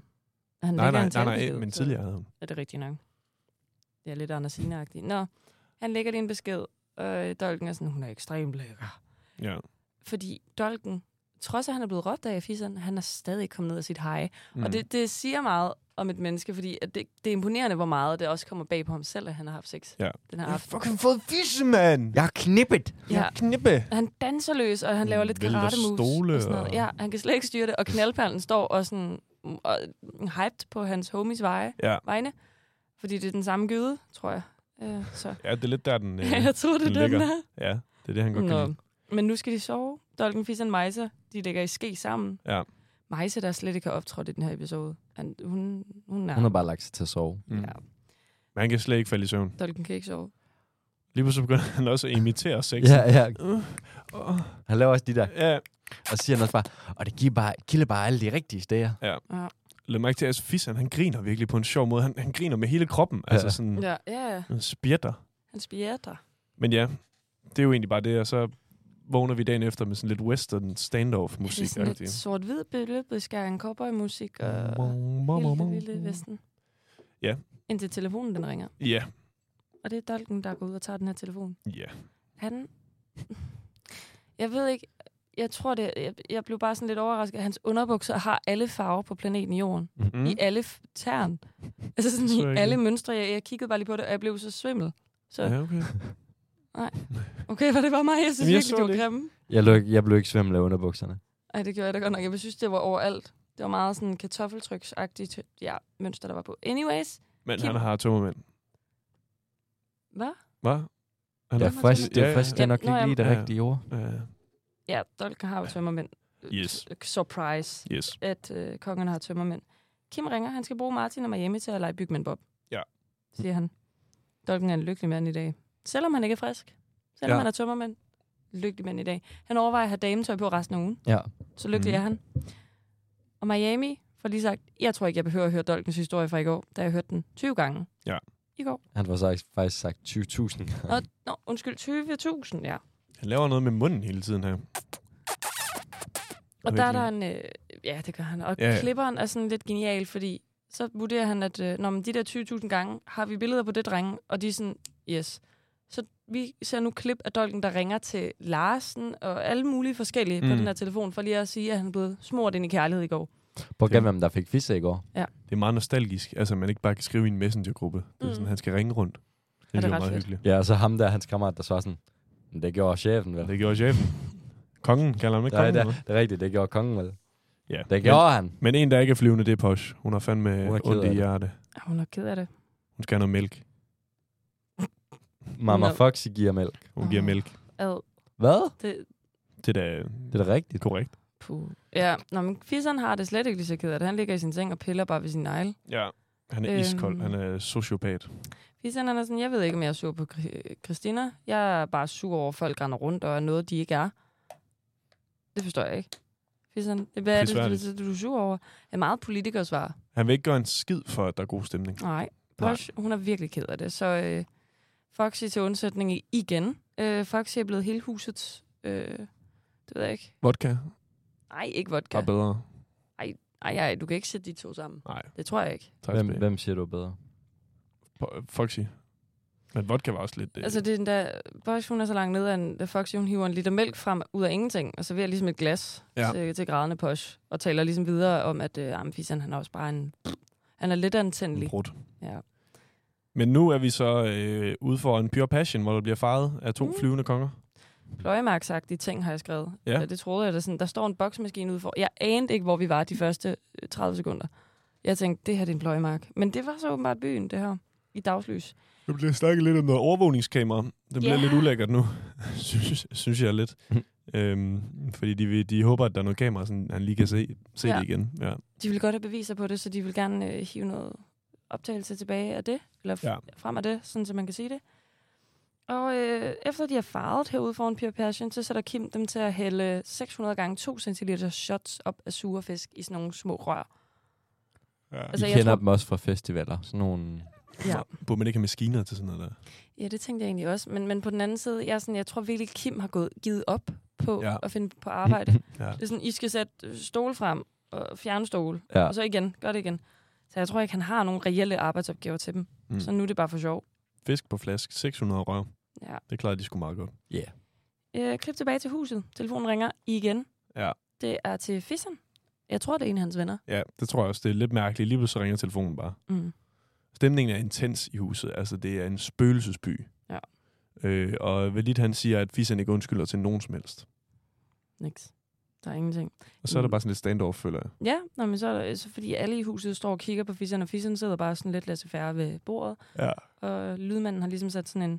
Nej, men tidligere havde hun. Er det rigtigt nok? Det er lidt Anders Signe-agtigt. Nå, han lægger lige en besked, og Dolken er sådan, hun er ekstremt lækker. Ja. Fordi Dolken, trods at han er blevet råbt af Fissen, han er stadig kommet ned og sit hej. Og det siger meget om et menneske, fordi at det er imponerende, hvor meget det også kommer bag på ham selv, at han har haft sex. Ja. Den her aften. Jeg har fucking fået fisse, mand! Jeg har knippet! Han danser løs, og han laver lidt karate-moves. Og sådan noget. Ja, han kan slet ikke styre det. Og Knaldperlen står og sådan hyped på hans homies vegne. Fordi det er den samme gyde, tror jeg. Så. Ja, det er lidt der, den jeg tror, det er den her. Ja, det er det, han godt kan lide. Men nu skal de sove. Dolken, Fissen og Majse, de ligger i ske sammen. Ja. Majse, der slet ikke har optrådt i den her episode. Hun har bare lagt sig til at sove. Ja. Men han kan slet ikke falde i søvn. Dolken kan ikke sove. Lige pludselig begynder han også at imitere sex. Ja. Han laver også de der. Ja. Og siger han også bare, og det kilder bare alle de rigtige steder. Ja. Lad mig ikke til, at Fissen, han griner virkelig på en sjov måde. Han griner med hele kroppen. Altså sådan... Ja. Han spjætter. Men ja, det er jo egentlig bare det, og så vågner vi dagen efter med sådan lidt western standoff-musik. Det er sådan lidt sort-hvid bølgebeskæring, cowboy-musik og vilde vesten. Ja. Indtil telefonen, den ringer. Ja. Og det er Dolken, der går ud og tager den her telefon. Ja. Jeg ved ikke, jeg tror det, jeg blev bare sådan lidt overrasket, at hans underbukser har alle farver på planeten Jorden. Mm-hmm. I alle tern. Altså sådan i alle mønstre. Jeg kiggede bare lige på det, og jeg blev så svimmel. Så... Ja, okay. Nej. Okay, var det bare mig? Jeg synes virkelig, det var grimme. Jeg blev ikke svimmel af underbukserne. Nej, det gjorde jeg da godt nok. Jeg synes, det var overalt. Det var meget sådan kartoffeltryksagtigt mønster, der var på. Anyways. Men han har tømmermænd. Hvad? Det er frisk. Det er frisk. Det er nok ikke lige det rigtige ord. Ja, Dolken har jo tømmermænd. Yes. Surprise. Yes. At kongerne har tømmermænd. Kim ringer. Han skal bruge Martin og Miami til at lege bygmænd Bob. Ja. Siger han. Dolken er en lykkelig mand i dag. Selvom han ikke er frisk. Selvom han er tømmermænd. Lykkelig mand i dag. Han overvejer at have dametøj på resten af ugen. Ja. Så lykkelig er han. Og Miami får lige sagt, jeg tror ikke, jeg behøver at høre Dolkens historie fra i går, da jeg hørte den 20 gange. Ja. I går. Han var faktisk sagt 20.000. Undskyld, 20.000, ja. Han laver noget med munden hele tiden her. Og der er der en Ja, det gør han. Og klipperen er sådan lidt genial, fordi så vurderer han, at når man de der 20.000 gange, har vi billeder på det drenge, og de er sådan, yes. Så vi ser nu klip af dolken, der ringer til Larsen og alle mulige forskellige på den her telefon, for lige at sige, at han er blevet smurt ind i kærlighed i går. Prøv at gætte, hvem der fik fisse i går. Ja. Det er meget nostalgisk. Altså, man ikke bare kan skrive i en messengergruppe. Det er sådan, han skal ringe rundt. Det er ret meget fedt. hyggeligt. Ja, og så ham der, hans kammerat, der så sådan, det gjorde chefen, vel? Det gjorde chefen. Kongen, kalder han ikke kongen? Det er rigtigt, det gjorde kongen, vel? Ja. Det gjorde han. Men en, der ikke er flyvende, det er Posh. Hun har fandme ondt i hjertet. Hun er ked af det. Hun skal have noget mælk. Mama Foxy giver mælk. Hun giver mælk. Hvad? Det er da rigtigt. Korrekt. Puh. Ja, men Fisseren har det slet ikke lige så ked af det. Han ligger i sin seng og piller bare ved sin negle. Ja, han er iskold. Han er sociopat. Fisseren er sådan, jeg ved ikke, om jeg er sur på Christina. Jeg er bare sur over, at folk render rundt og er noget, de ikke er. Det forstår jeg ikke. Fisseren, hvad er det, du er sur over? Det er meget politikersvar. Han vil ikke gøre en skid for, at der er god stemning. Nej. Posh, hun er virkelig ked af det. Så Foxy til undsætning igen. Foxy er blevet hele husets... det ved jeg ikke. Vodka? Nej, ikke vodka. Bare bedre. Nej, du kan ikke sætte de to sammen. Nej. Det tror jeg ikke. Hvem siger du er bedre? Foxy. Men vodka var også lidt... Altså, det er den der... Posh, hun er så langt nede, at Foxy, hun hiver en liter mælk frem ud af ingenting, og serverer ligesom et glas til grædende Posh, og taler ligesom videre om, at Amfisen, han er også bare en... Han er lidt antændelig. Ja. Men nu er vi så ude for en Pure Passion, hvor der bliver fejret af 2 flyvende konger. Pløjemarksagtige ting har jeg skrevet. Ja. Det troede jeg. Der står en boksmaskine ude for. Jeg anede ikke, hvor vi var de første 30 sekunder. Jeg tænkte, det her er en pløjemark. Men det var så åbenbart byen, det her. I dagslys. Der bliver snakket lidt om noget overvågningskamera. Det bliver lidt ulækkert nu, synes jeg lidt. Fordi de håber, at der er noget kamera, så han lige kan se det igen. Ja. De vil godt have beviser på det, så de vil gerne hive noget optagelse tilbage af det, eller frem af det, sådan så man kan sige det. Og efter de har farvet herude foran Pure Passion, så sætter Kim dem til at hælde 600 gange 2 centiliter shots op af sure fisk i sådan nogle små rør. Ja. Altså, I kender dem også fra festivaler, sådan nogle... Ja. Burde man ikke have maskiner til sådan noget der? Ja, det tænkte jeg egentlig også. Men på den anden side, jeg tror virkelig, Kim har givet op på at finde på arbejde. Det er sådan, I skal sætte stol frem og fjerne stol, og så igen, gør det igen. Så jeg tror ikke, han har nogle reelle arbejdsopgaver til dem. Så nu er det bare for sjov. Fisk på flask, 600 rør. Ja. Det klarer de sgu meget godt. Ja. Yeah. Klip tilbage til huset. Telefonen ringer igen. Ja. Det er til Fisseren. Jeg tror, det er en af hans venner. Ja, det tror jeg også. Det er lidt mærkeligt. Lige pludselig ringer telefonen bare. Stemningen er intens i huset. Altså, det er en spøgelsesby. Ja. Og Velit, han siger, at Fisseren ikke undskylder til nogen som helst. Niks. Der er ingenting. Og så er der bare sådan lidt stand-off, føler jeg. Ja, men så er der, fordi alle i huset står og kigger på Fisseren, og Fisseren sidder bare sådan lidt laissez-faire ved bordet. Ja. Og lydmanden har ligesom sat sådan en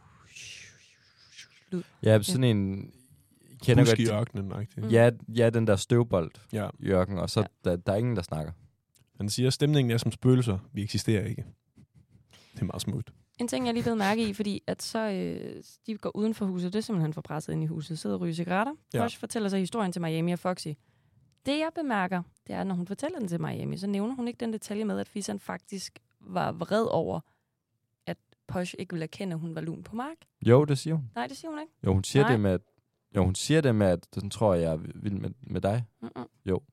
lyd. Ja, sådan en... Kender godt i ørkenen, ja, den der støvbold i ørkenen, og så der er ingen, der snakker. Han siger, at stemningen er som spøgelser. Vi eksisterer ikke. Det er meget smukt. En ting, jeg lige ved mærke i, fordi at så de går uden for huset, det er simpelthen for presset ind i huset, sidder og ryger cigaretter. Posh fortæller sig historien til Miami og Foxy. Det, jeg bemærker, det er, at når hun fortæller den til Miami, så nævner hun ikke den detalje med, at Fisseren faktisk var vred over, at Posh ikke ville erkende, at hun var lun på Mark. Jo, det siger hun. Nej, det siger hun ikke. Jo, hun siger det med, hun siger det med, at den tror jeg vil med dig. Jo.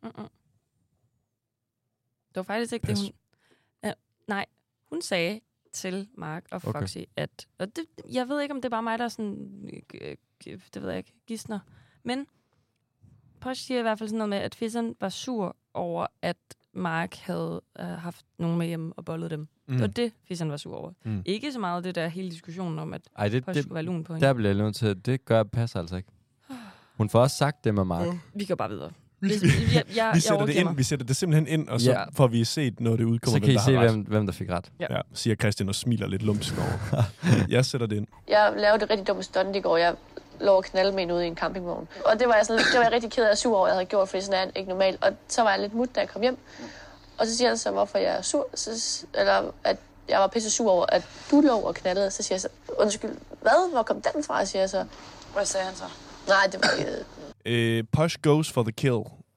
Det var faktisk ikke det, hun... nej, hun sagde til Mark og Foxy, at... Og det, jeg ved ikke, om det er bare mig, der er sådan... det ved jeg ikke, gidsner. Men Posh siger i hvert fald sådan noget med, at Fisseren var sur over, at Mark havde haft nogen med hjem og bollet dem. Det var det, Fisseren var sur over. Ikke så meget det der hele diskussionen om, at Posh skulle være lun på hende. Der bliver jeg nødt til, at det passer altså ikke. Hun får også sagt det med Mark. Vi går bare videre. Vi sætter det simpelthen ind, og så får vi set, når det udkommer, så kan I se, hvem der fik ret. Ja, siger Christian og smiler lidt lumsk over. Jeg sætter det ind. Jeg lavede det rigtig dumme stunt i går. Jeg lå at knalde med en ude i en campingvogn. Og det var jeg rigtig ked af og sur over, jeg havde gjort, fordi sådan er ikke normalt. Og så var jeg lidt mut, da jeg kom hjem. Og så siger han så, hvorfor jeg er sur. Eller at jeg var pisse sur over, at du lå og knaldede. Så siger jeg så, undskyld, hvad? Hvor kom den fra, siger jeg så. Hvad sagde han så? Nej, det var ikke... Posh goes for the kill.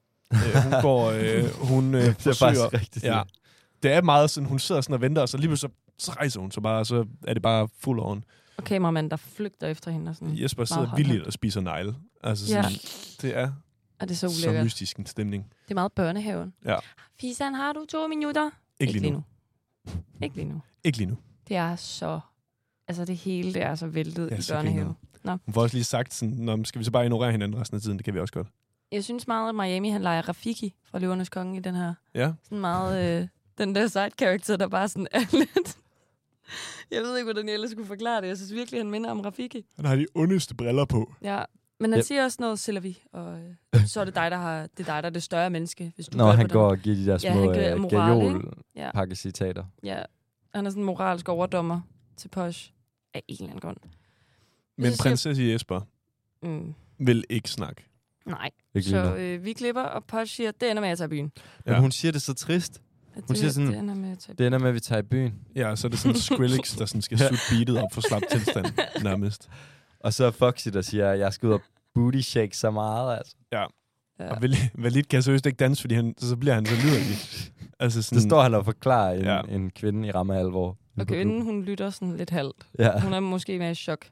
Hun det er faktisk rigtigt. Ja. Det er meget sådan, hun sidder sådan og venter, og så lige pludselig så rejser hun, så er det bare full on. Og kameramanden, der flygter efter hende. Og sådan Jesper sidder vildt og spiser negle. Altså sådan, det er... Og det er så Så ulækkert. mystisk en stemning. Det er meget børnehaven. Ja. Fisan, har du 2 minutter? Ikke lige nu. Ikke lige nu. Ikke lige nu. Det er så... Altså det hele, det er så væltet i børnehave. Nå. Hun får også lige sagt sådan, skal vi så bare ignorere hinanden resten af tiden? Det kan vi også godt. Jeg synes meget, at Miami, han leger Rafiki fra Løvernes Konge i den her. Ja. Sådan meget... den der side character, der bare sådan er lidt... Jeg ved ikke, hvordan jeg ellers skulle forklare det. Jeg synes virkelig, han minder om Rafiki. Han har de ondeste briller på. Ja, men han siger også noget, Selavi, og så er det dig, der er det større menneske. Hvis du Når han går og giver de der små gajol-pakkecitater. Ja, han er sådan en moralsk overdommer til Posh af en eller anden grund. Men prinsesse Jesper vil ikke snakke. Nej, så vi klipper, og Posh siger, det ender med at tage byen. Men hun siger det så trist. Hun siger sådan, det ender med at vi tager i byen. Ja, så er det sådan Skrillex, der sådan skal sutte beatet op for slap tilstand, nærmest. Og så Foxy, der siger, jeg skal ud og booty shake så meget, altså. Ja. Og Walid kan seriøst ikke danse, fordi så bliver han så lyderlig. Altså sådan, det står han og forklarer en kvinde i ramme alvor. Og kvinden, hun lytter sådan lidt halvt. Ja. Hun er måske mere i chok.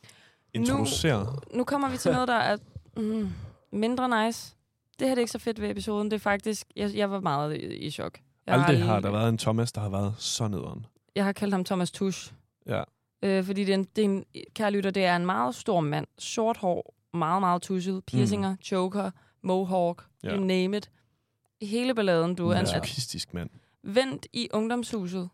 Nu kommer vi til noget, der er mindre nice. Det her er ikke så fedt ved episoden. Det er faktisk... Jeg var meget i chok. Aldrig har der været en Thomas, der har været så nederen. Jeg har kaldt ham Thomas Tusch. Ja. Fordi det er en kære lytter, det er en meget stor mand. Sort hår, meget, meget tusset. Piercinger, choker, mohawk, you name it. Hele balladen, du er en masochistisk mand. Vendt i ungdomshuset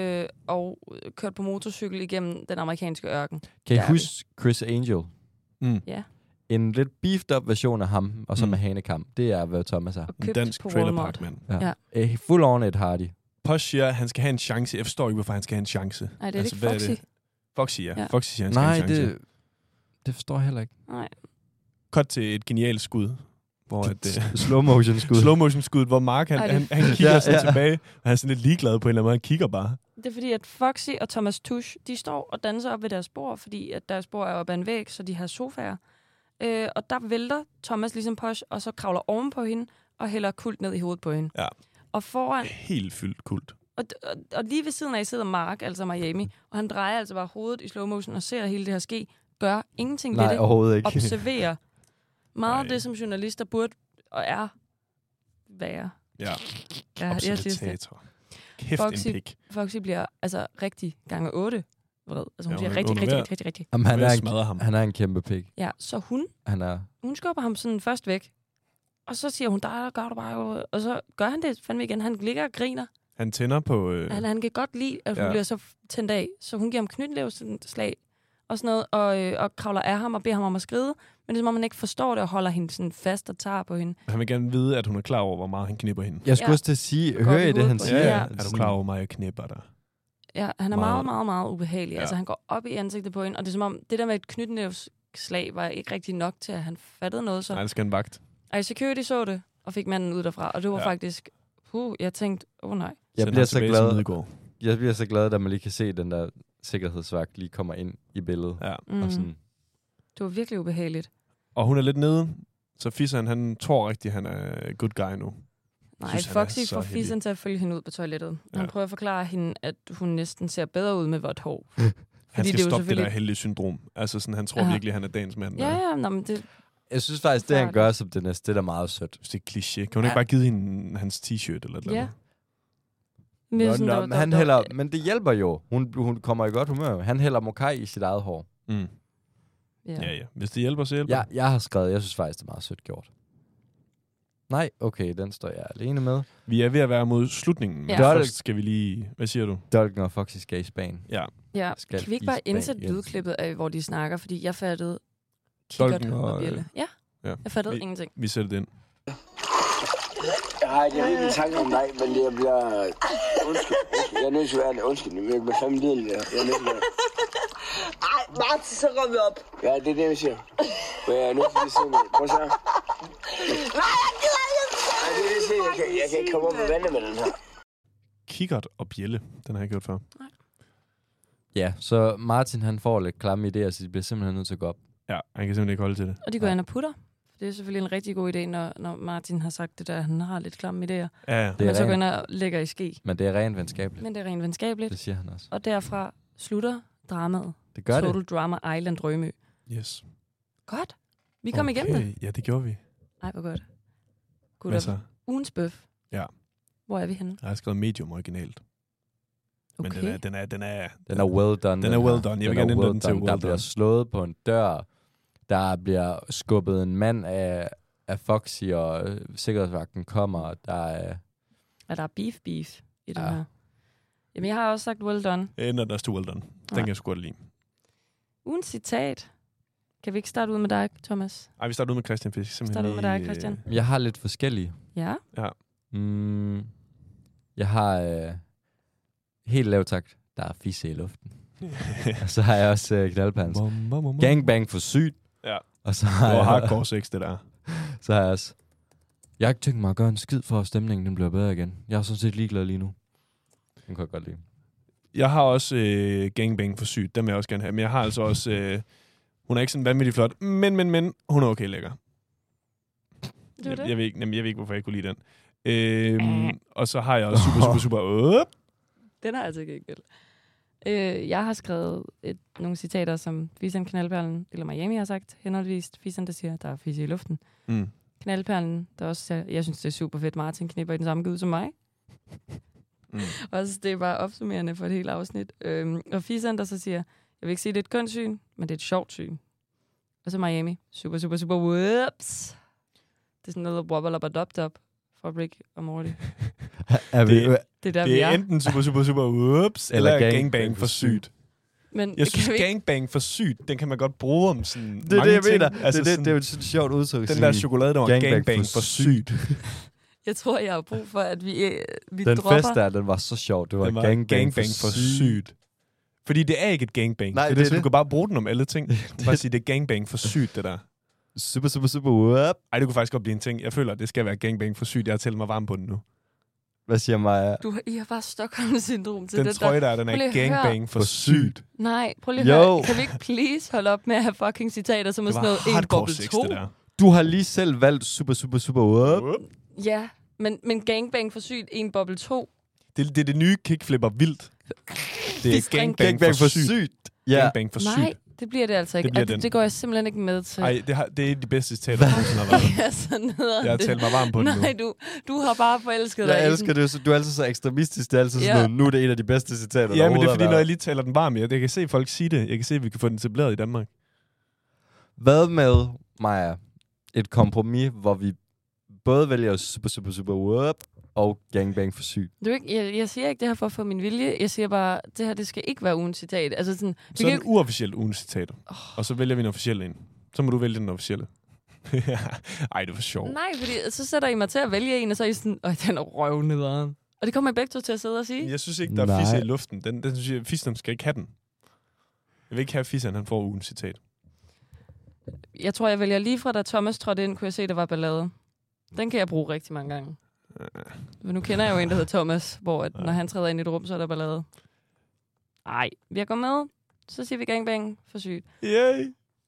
og kørt på motorcykel igennem den amerikanske ørken. Kan I huske Chris Angel? Ja. En lidt beefed up version af ham, og så med hanekam. Det er, hvad Thomas er. En dansk trailerparkmand. Ja. Full on Ed Hardy. Posh siger, at han skal have en chance. Jeg forstår ikke, hvorfor han skal have en chance. Nej, det er ikke Foxy. Foxy, ja. Foxy siger, han skal have en chance. Det forstår jeg heller ikke. Nej. Cut til et genialt skud. Hvor slow motion skud. Slow motion skud, hvor Mark han kigger sådan tilbage, og han er sådan lidt ligeglad på en eller anden måde. Han kigger bare. Det er fordi, at Foxy og Thomas Tusch, de står og danser op ved deres bord, fordi at deres bord er oppe ad en væg, så de har sofaer. Og der vælter Thomas ligesom Posh, og så kravler oven på hende, og hælder kult ned i hovedet på hende. Ja. Og foran... Helt fyldt kult. Og lige ved siden af sidder Mark, altså Miami, og han drejer altså bare hovedet i slow motion og ser hele det her ske. Gør ingenting ved det. Overhovedet ikke. Observerer. Meget af det, som journalister burde og er være. Ja. Observator. Kæft en pik. Foxy bliver altså rigtig gange 8 vred. Altså hun bliver rigtig. Jamen, han er en kæmpe pik. Ja, så hun skubber ham sådan først væk. Og så siger hun, der gør du bare. Og så gør han det fandme igen. Han ligger og griner. Han tænder på... Han kan godt lide, at hun bliver så tændt af. Så hun giver ham knytnæveslag og sådan noget, og kravler af ham og beder ham om at skride. Men det er som om, han ikke forstår det og holder hende sådan fast og tager på hende. Han vil gerne vide, at hun er klar over, hvor meget han knipper hende. Jeg skulle også til at sige, hører I det, han siger? Ja. Er du klar over, hvor meget jeg knipper dig? Ja, han er meget, meget, meget ubehagelig. Ja. Altså, han går op i ansigtet på hende, og det er som om, det der med et knytnævsslag var ikke rigtig nok til, at han fattede noget. Så. Nej, det skal en vagt. Security så det, og fik manden ud derfra, og det var faktisk, jeg tænkte, nej. Jeg bliver så glad, at man lige kan se den der sikkerhedsvagt lige kommer ind i billedet. Ja. Og sådan. Det var virkelig ubehageligt. Og hun er lidt nede, så Fisan, han tror rigtig, han er good guy nu. Nej, Foxy får Fisan til at følge hende ud på toilettet. Han prøver at forklare hende, at hun næsten ser bedre ud med vådt hår. Han skal stoppe det der heldige syndrom. Altså sådan, han tror virkelig, han er dagens mand. Ja, men det... Jeg synes faktisk, det han gør som det næste, det er meget sødt. Det er kliché. Kan hun ikke bare give hende hans t-shirt eller et eller andet? Men det hjælper jo. Hun kommer i godt humør. Han hælder mokai i sit eget hår. Mm. Ja. Hvis det hjælper, så hjælper. Jeg har skrevet, jeg synes faktisk, det er meget sødt gjort. Nej, okay, den står jeg alene med. Vi er ved at være mod slutningen. Ja. Først skal vi lige... Hvad siger du? Dolken og Foxy skal i Spanien. Ja. Kan vi ikke bare indsætte lydklippet af, hvor de snakker? Fordi jeg fattede kikkert og bjælle. Ja, jeg fattede ingenting. Vi sætter det ind. Jeg har ikke rigtig tanke om dig, men jeg bliver... Undskyld. Jeg er nødt til at være det. Undskyld, jeg bliver fandme lidelig. Jeg er nødt til at... Ej, Martin, så går vi op. Ja, det er det, vi siger. Men jeg er nødt til at sige noget. Prøv at se. Nej, jeg gider ikke. Nej, det er det, jeg siger. Jeg kan ikke komme op og vande med den her. Kikkert og bjælle. Den har jeg gjort før. Nej. Ja, så Martin, han får lidt klamme idéer, så de bliver simpelthen nødt til at gå op. Ja, han kan simpelthen ikke holde til det. Og de går ind og putter. Det er selvfølgelig en rigtig god idé, når Martin har sagt det der, han har lidt klamme idéer. Ja. Men så går ind og lægger i ske. Men det er rent venskabeligt. Det siger han også. Og derfra slutter dramaet. Det gør Total Drama Island Rømø. Yes. Godt. Vi kom igennem det. Ja, det gjorde vi. Ej, hvor godt. Hvad så? Ugens bøf. Ja. Hvor er vi henne? Jeg har skrevet medium originalt. Okay. Men den er well done. Den er well done. Jeg vil gerne ændre den til well done. Der bliver slået på en dør. Der bliver skubbet en mand af Foxy, og sikkerhedsvagten kommer. Der er beef i den her. Jamen, jeg har også sagt well done. Jeg ændrer den også til well done. Den kan jeg sgu godt lide. Ugens citat. Kan vi ikke starte ud med dig, Thomas? Nej, vi starter ud med Christian Fisk. Start ud med dig, Christian. Jeg har lidt forskellige. Ja? Ja. Jeg har helt lavt takt. Der er fisse i luften. Og så har jeg også knaldpans. Gangbang for sygt. Ja. Og så det var hardcore sex, det der. Så har jeg også... Jeg har ikke tænkt mig at gøre en skid for, at stemningen den bliver bedre igen. Jeg er sådan set ligeglad lige nu. Den kan jeg godt lide. Jeg har også gangbang for sygt. Den vil jeg også gerne have. Men jeg har altså også... hun er ikke sådan vanvittigt flot. Men hun er okay lækker. Jeg ved ikke, hvorfor jeg kunne lide den. Og så har jeg også super... Den har jeg til gengæld. Jeg har skrevet nogle citater, som Fisan Knaldperlen eller Miami har sagt. Henholdsvis Fisan, der siger, der er fisse i luften. Knaldperlen, der også jeg synes, det er super fedt. Martin knipper i den samme gud som mig. Og så det er bare opsummerende for et helt afsnit. Og Fisan, der så siger, jeg vil ikke sige, det er et kønssyn, men det er et sjovt syn. Og så Miami, super, whoops. Det er sådan noget wobble-up-a-dop-dop fra Rick og Morty. Det er enten super, whoops, eller gangbang for sygt. Men jeg synes, gangbang for sygt, den kan man godt bruge om sådan det er mange det, jeg mener. ting. Altså det er jo et sjovt udtryk. Den der chokolade, der var gangbang for sygt. Jeg tror, jeg har brug for, at vi den dropper... fest der, den var så sjov. Det var gangbang for sygt. Fordi det er ikke et gangbang. Nej, det er det. Du kan bare bruge den om alle ting. Bare sige, det er gangbang for sygt, det der. Super, whoop. Ej, det kunne faktisk godt blive en ting. Jeg føler, at det skal være gangbang for sygt. Jeg har talt mig varm på den nu. Hvad siger Maja? I har bare Stockholm-syndrom til den det trøje der, den er gangbang for sygt. Nej, prøv lige at høre. Kan vi ikke please holde op med at have fucking citater, som er sådan noget 1 boble 2? Du har lige selv valgt super, whoop. Ja, men gangbang for sygt 1 boble 2. Det er det nye kickflipper vildt. Det er gangbang for sygt. Gangbang for sygt. Nej, det bliver det altså ikke. Det går jeg simpelthen ikke med til. Nej, det er de bedste citater, der nogensinde har været. Ja, så nederen. Jeg har talt mig varm på det nu. Nej, du har bare forelsket dig. Jeg elsker det. Du er altid så ekstremistisk. Det er altid sådan noget, nu er det en af de bedste citater, ja, men det er fordi, når jeg lige taler den varm, jeg kan se folk sige det. Jeg kan se, at vi kan få den etableret i Danmark. Hvad med, Maja, et kompromis, hvor vi både vælger super, whoop, og gangbang for sygt. Jeg siger ikke det her for at få min vilje. Jeg siger bare, det her, det skal ikke være ugens citat. Altså sådan, så er det uofficielt ugens citat. Og så vælger vi en officiel en. Så må du vælge den officielle. Ej, det var sjovt. Nej, fordi så sætter I mig til at vælge en, og så er I sådan, den er røvnederen. Og det kommer I begge to til at sidde og sige. Jeg synes ikke, der er fisse i luften. Den synes jeg, Fissen skal ikke have den. Jeg vil ikke have Fissen, han får ugens citat. Jeg tror, jeg vælger lige fra, da Thomas trådte ind, kunne jeg se, der var ballade. Den kan jeg bruge rigtig mange gange. Men nu kender jeg jo en, der hedder Thomas, hvor at, når han træder ind i et rum, så er der ballade. Ej, vi går med. Så siger vi gangbang for sygt. Yay!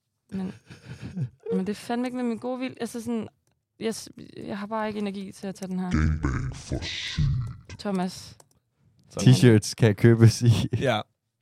Men det er fandme ikke med min gode vilje. Altså sådan, jeg har bare ikke energi til at tage den her. Gangbang for sygt. Thomas. T-shirts kan købes i. Ja.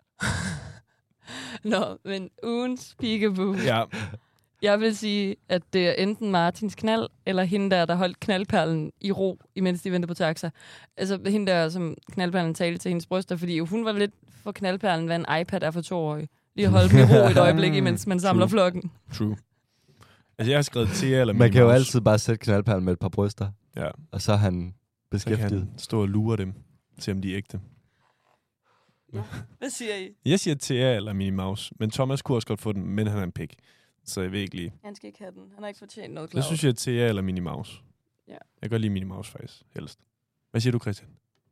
Nå, men ugens peekaboo. Ja. Jeg vil sige, at det er enten Martins knald, eller hende der holdt knaldperlen i ro, imens de ventede på taxa. Altså hende der, som knaldperlen talte til hendes bryster, fordi hun var lidt for knaldperlen, hvad en iPad er for 2-årige. Lige at holde dem i ro et øjeblik, imens man samler flokken. True. Altså jeg har skrevet Thea eller man kan jo altid bare sætte knaldperlen med et par bryster. Ja. Og så er han beskæftiget. Så kan han stå og lure dem, se om de er ægte. Ja. Hvad siger I? Jeg siger Thea eller Minnie Mouse, men Thomas kunne også godt få den, men han er en pik. Så jeg ved ikke lige. Han skal ikke have den. Han har ikke fortjent noget klart. Så synes jeg Thea eller Minnie Mouse. Ja. Jeg kan godt lide Minnie Mouse faktisk, helst. Hvad siger du, Christian?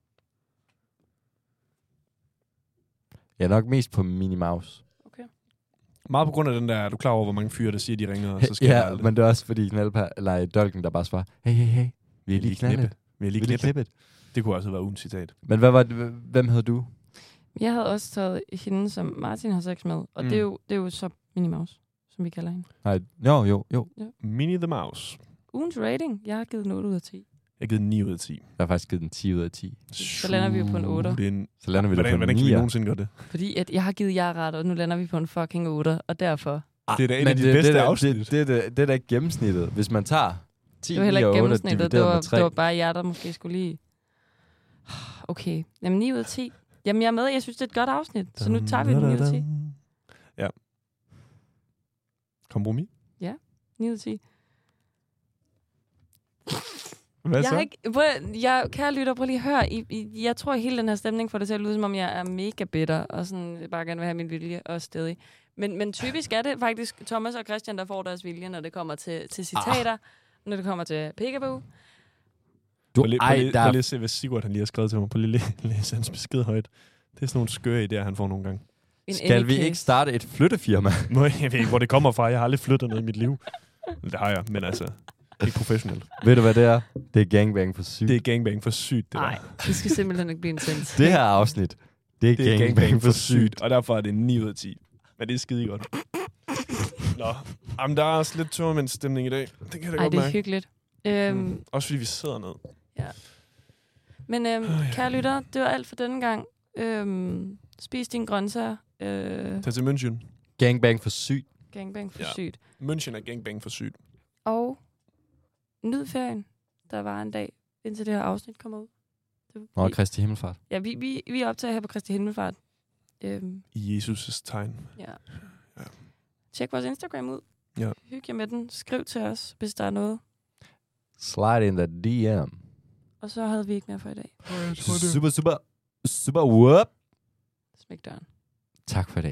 Jeg er nok mest på Minnie Mouse. Okay. Meget på grund af den der, er du klar over, hvor mange fyre, der siger, de ringer, og så skal jeg aldrig. Men det er også fordi Dolken, der bare svarer, hey, vi er lige knaldet. Vi er lige klippet. Det kunne også have været ugens citat. Men hvem havde du? Jeg havde også taget hende, som Martin har sex med, og det er jo så Minnie Mouse, som vi kalder hende. Nej, jo. Ja. Minnie the Mouse. Ugens rating, jeg har givet den 8 ud af 10. Jeg har givet den 9 ud af 10. Jeg har faktisk givet den 10 ud af 10. Så lander vi jo på en 8. Så lander vi på en 9. Hvordan kan vi nogensinde gøre det? Fordi at jeg har givet jer ret, og nu lander vi på en fucking 8, og derfor... Det er da en af de bedste afsnit. Det er da ikke gennemsnittet. Hvis man tager Det var heller ikke gennemsnittet. Det var bare jer, der måske skulle lige... Okay. Jamen 9 ud af 10. Jamen jeg er med. Jeg synes, det er et godt afsnit. Så nu tager vi den 9 ud af 10. Ja. Kompromis? Ja, 9 ud af 10. Hvad så? Kære lytter, prøv lige at høre. Jeg tror, at hele den her stemning får det til at lyde, som om jeg er mega bitter, og sådan bare gerne vil have min vilje og stedig. Men typisk er det faktisk Thomas og Christian, der får deres vilje, når det kommer til citater, når det kommer til peekaboo. Prøv lige at se, hvad Sigurd han lige har skrevet til mig. Prøv lige at læse hans besked højt. Det er sådan nogle skøre idéer, han får nogle gange. Skal vi ikke starte et flyttefirma? Jeg ved ikke, hvor det kommer fra. Jeg har aldrig flyttet noget i mit liv. Det har jeg, men altså... Ikke professionelt. Ved du, hvad det er? Det er gangbang for sygt. Det er gangbang for sygt, det Nej, det skal simpelthen ikke blive en sens. Det her afsnit, det er gangbang for sygt. Og derfor er det 9 ud af 10. Men det er skide godt. Nå, jamen, der er også lidt tørmændsstemning i dag. Det kan jeg da godt mærke. Det er hyggeligt. Også fordi vi sidder ned. Ja. Men kære lytter, det var alt for denne gang. Spis dine grøntsager. Tag til München. Gangbang for sygt. Gangbang for sygt. München er gangbang for sygt. Og nyd ferien. Der var en dag, indtil det her afsnit kommer ud. Og Kristi Himmelfart. Ja, vi optager her på Kristi Himmelfart. I Jesus' tegn. Ja. Tjek vores Instagram ud. Ja. Hyg jer med den. Skriv til os, hvis der er noget. Slide in the DM. Og så havde vi ikke mere for i dag. Super whoop. Smæk døren. Tak for det.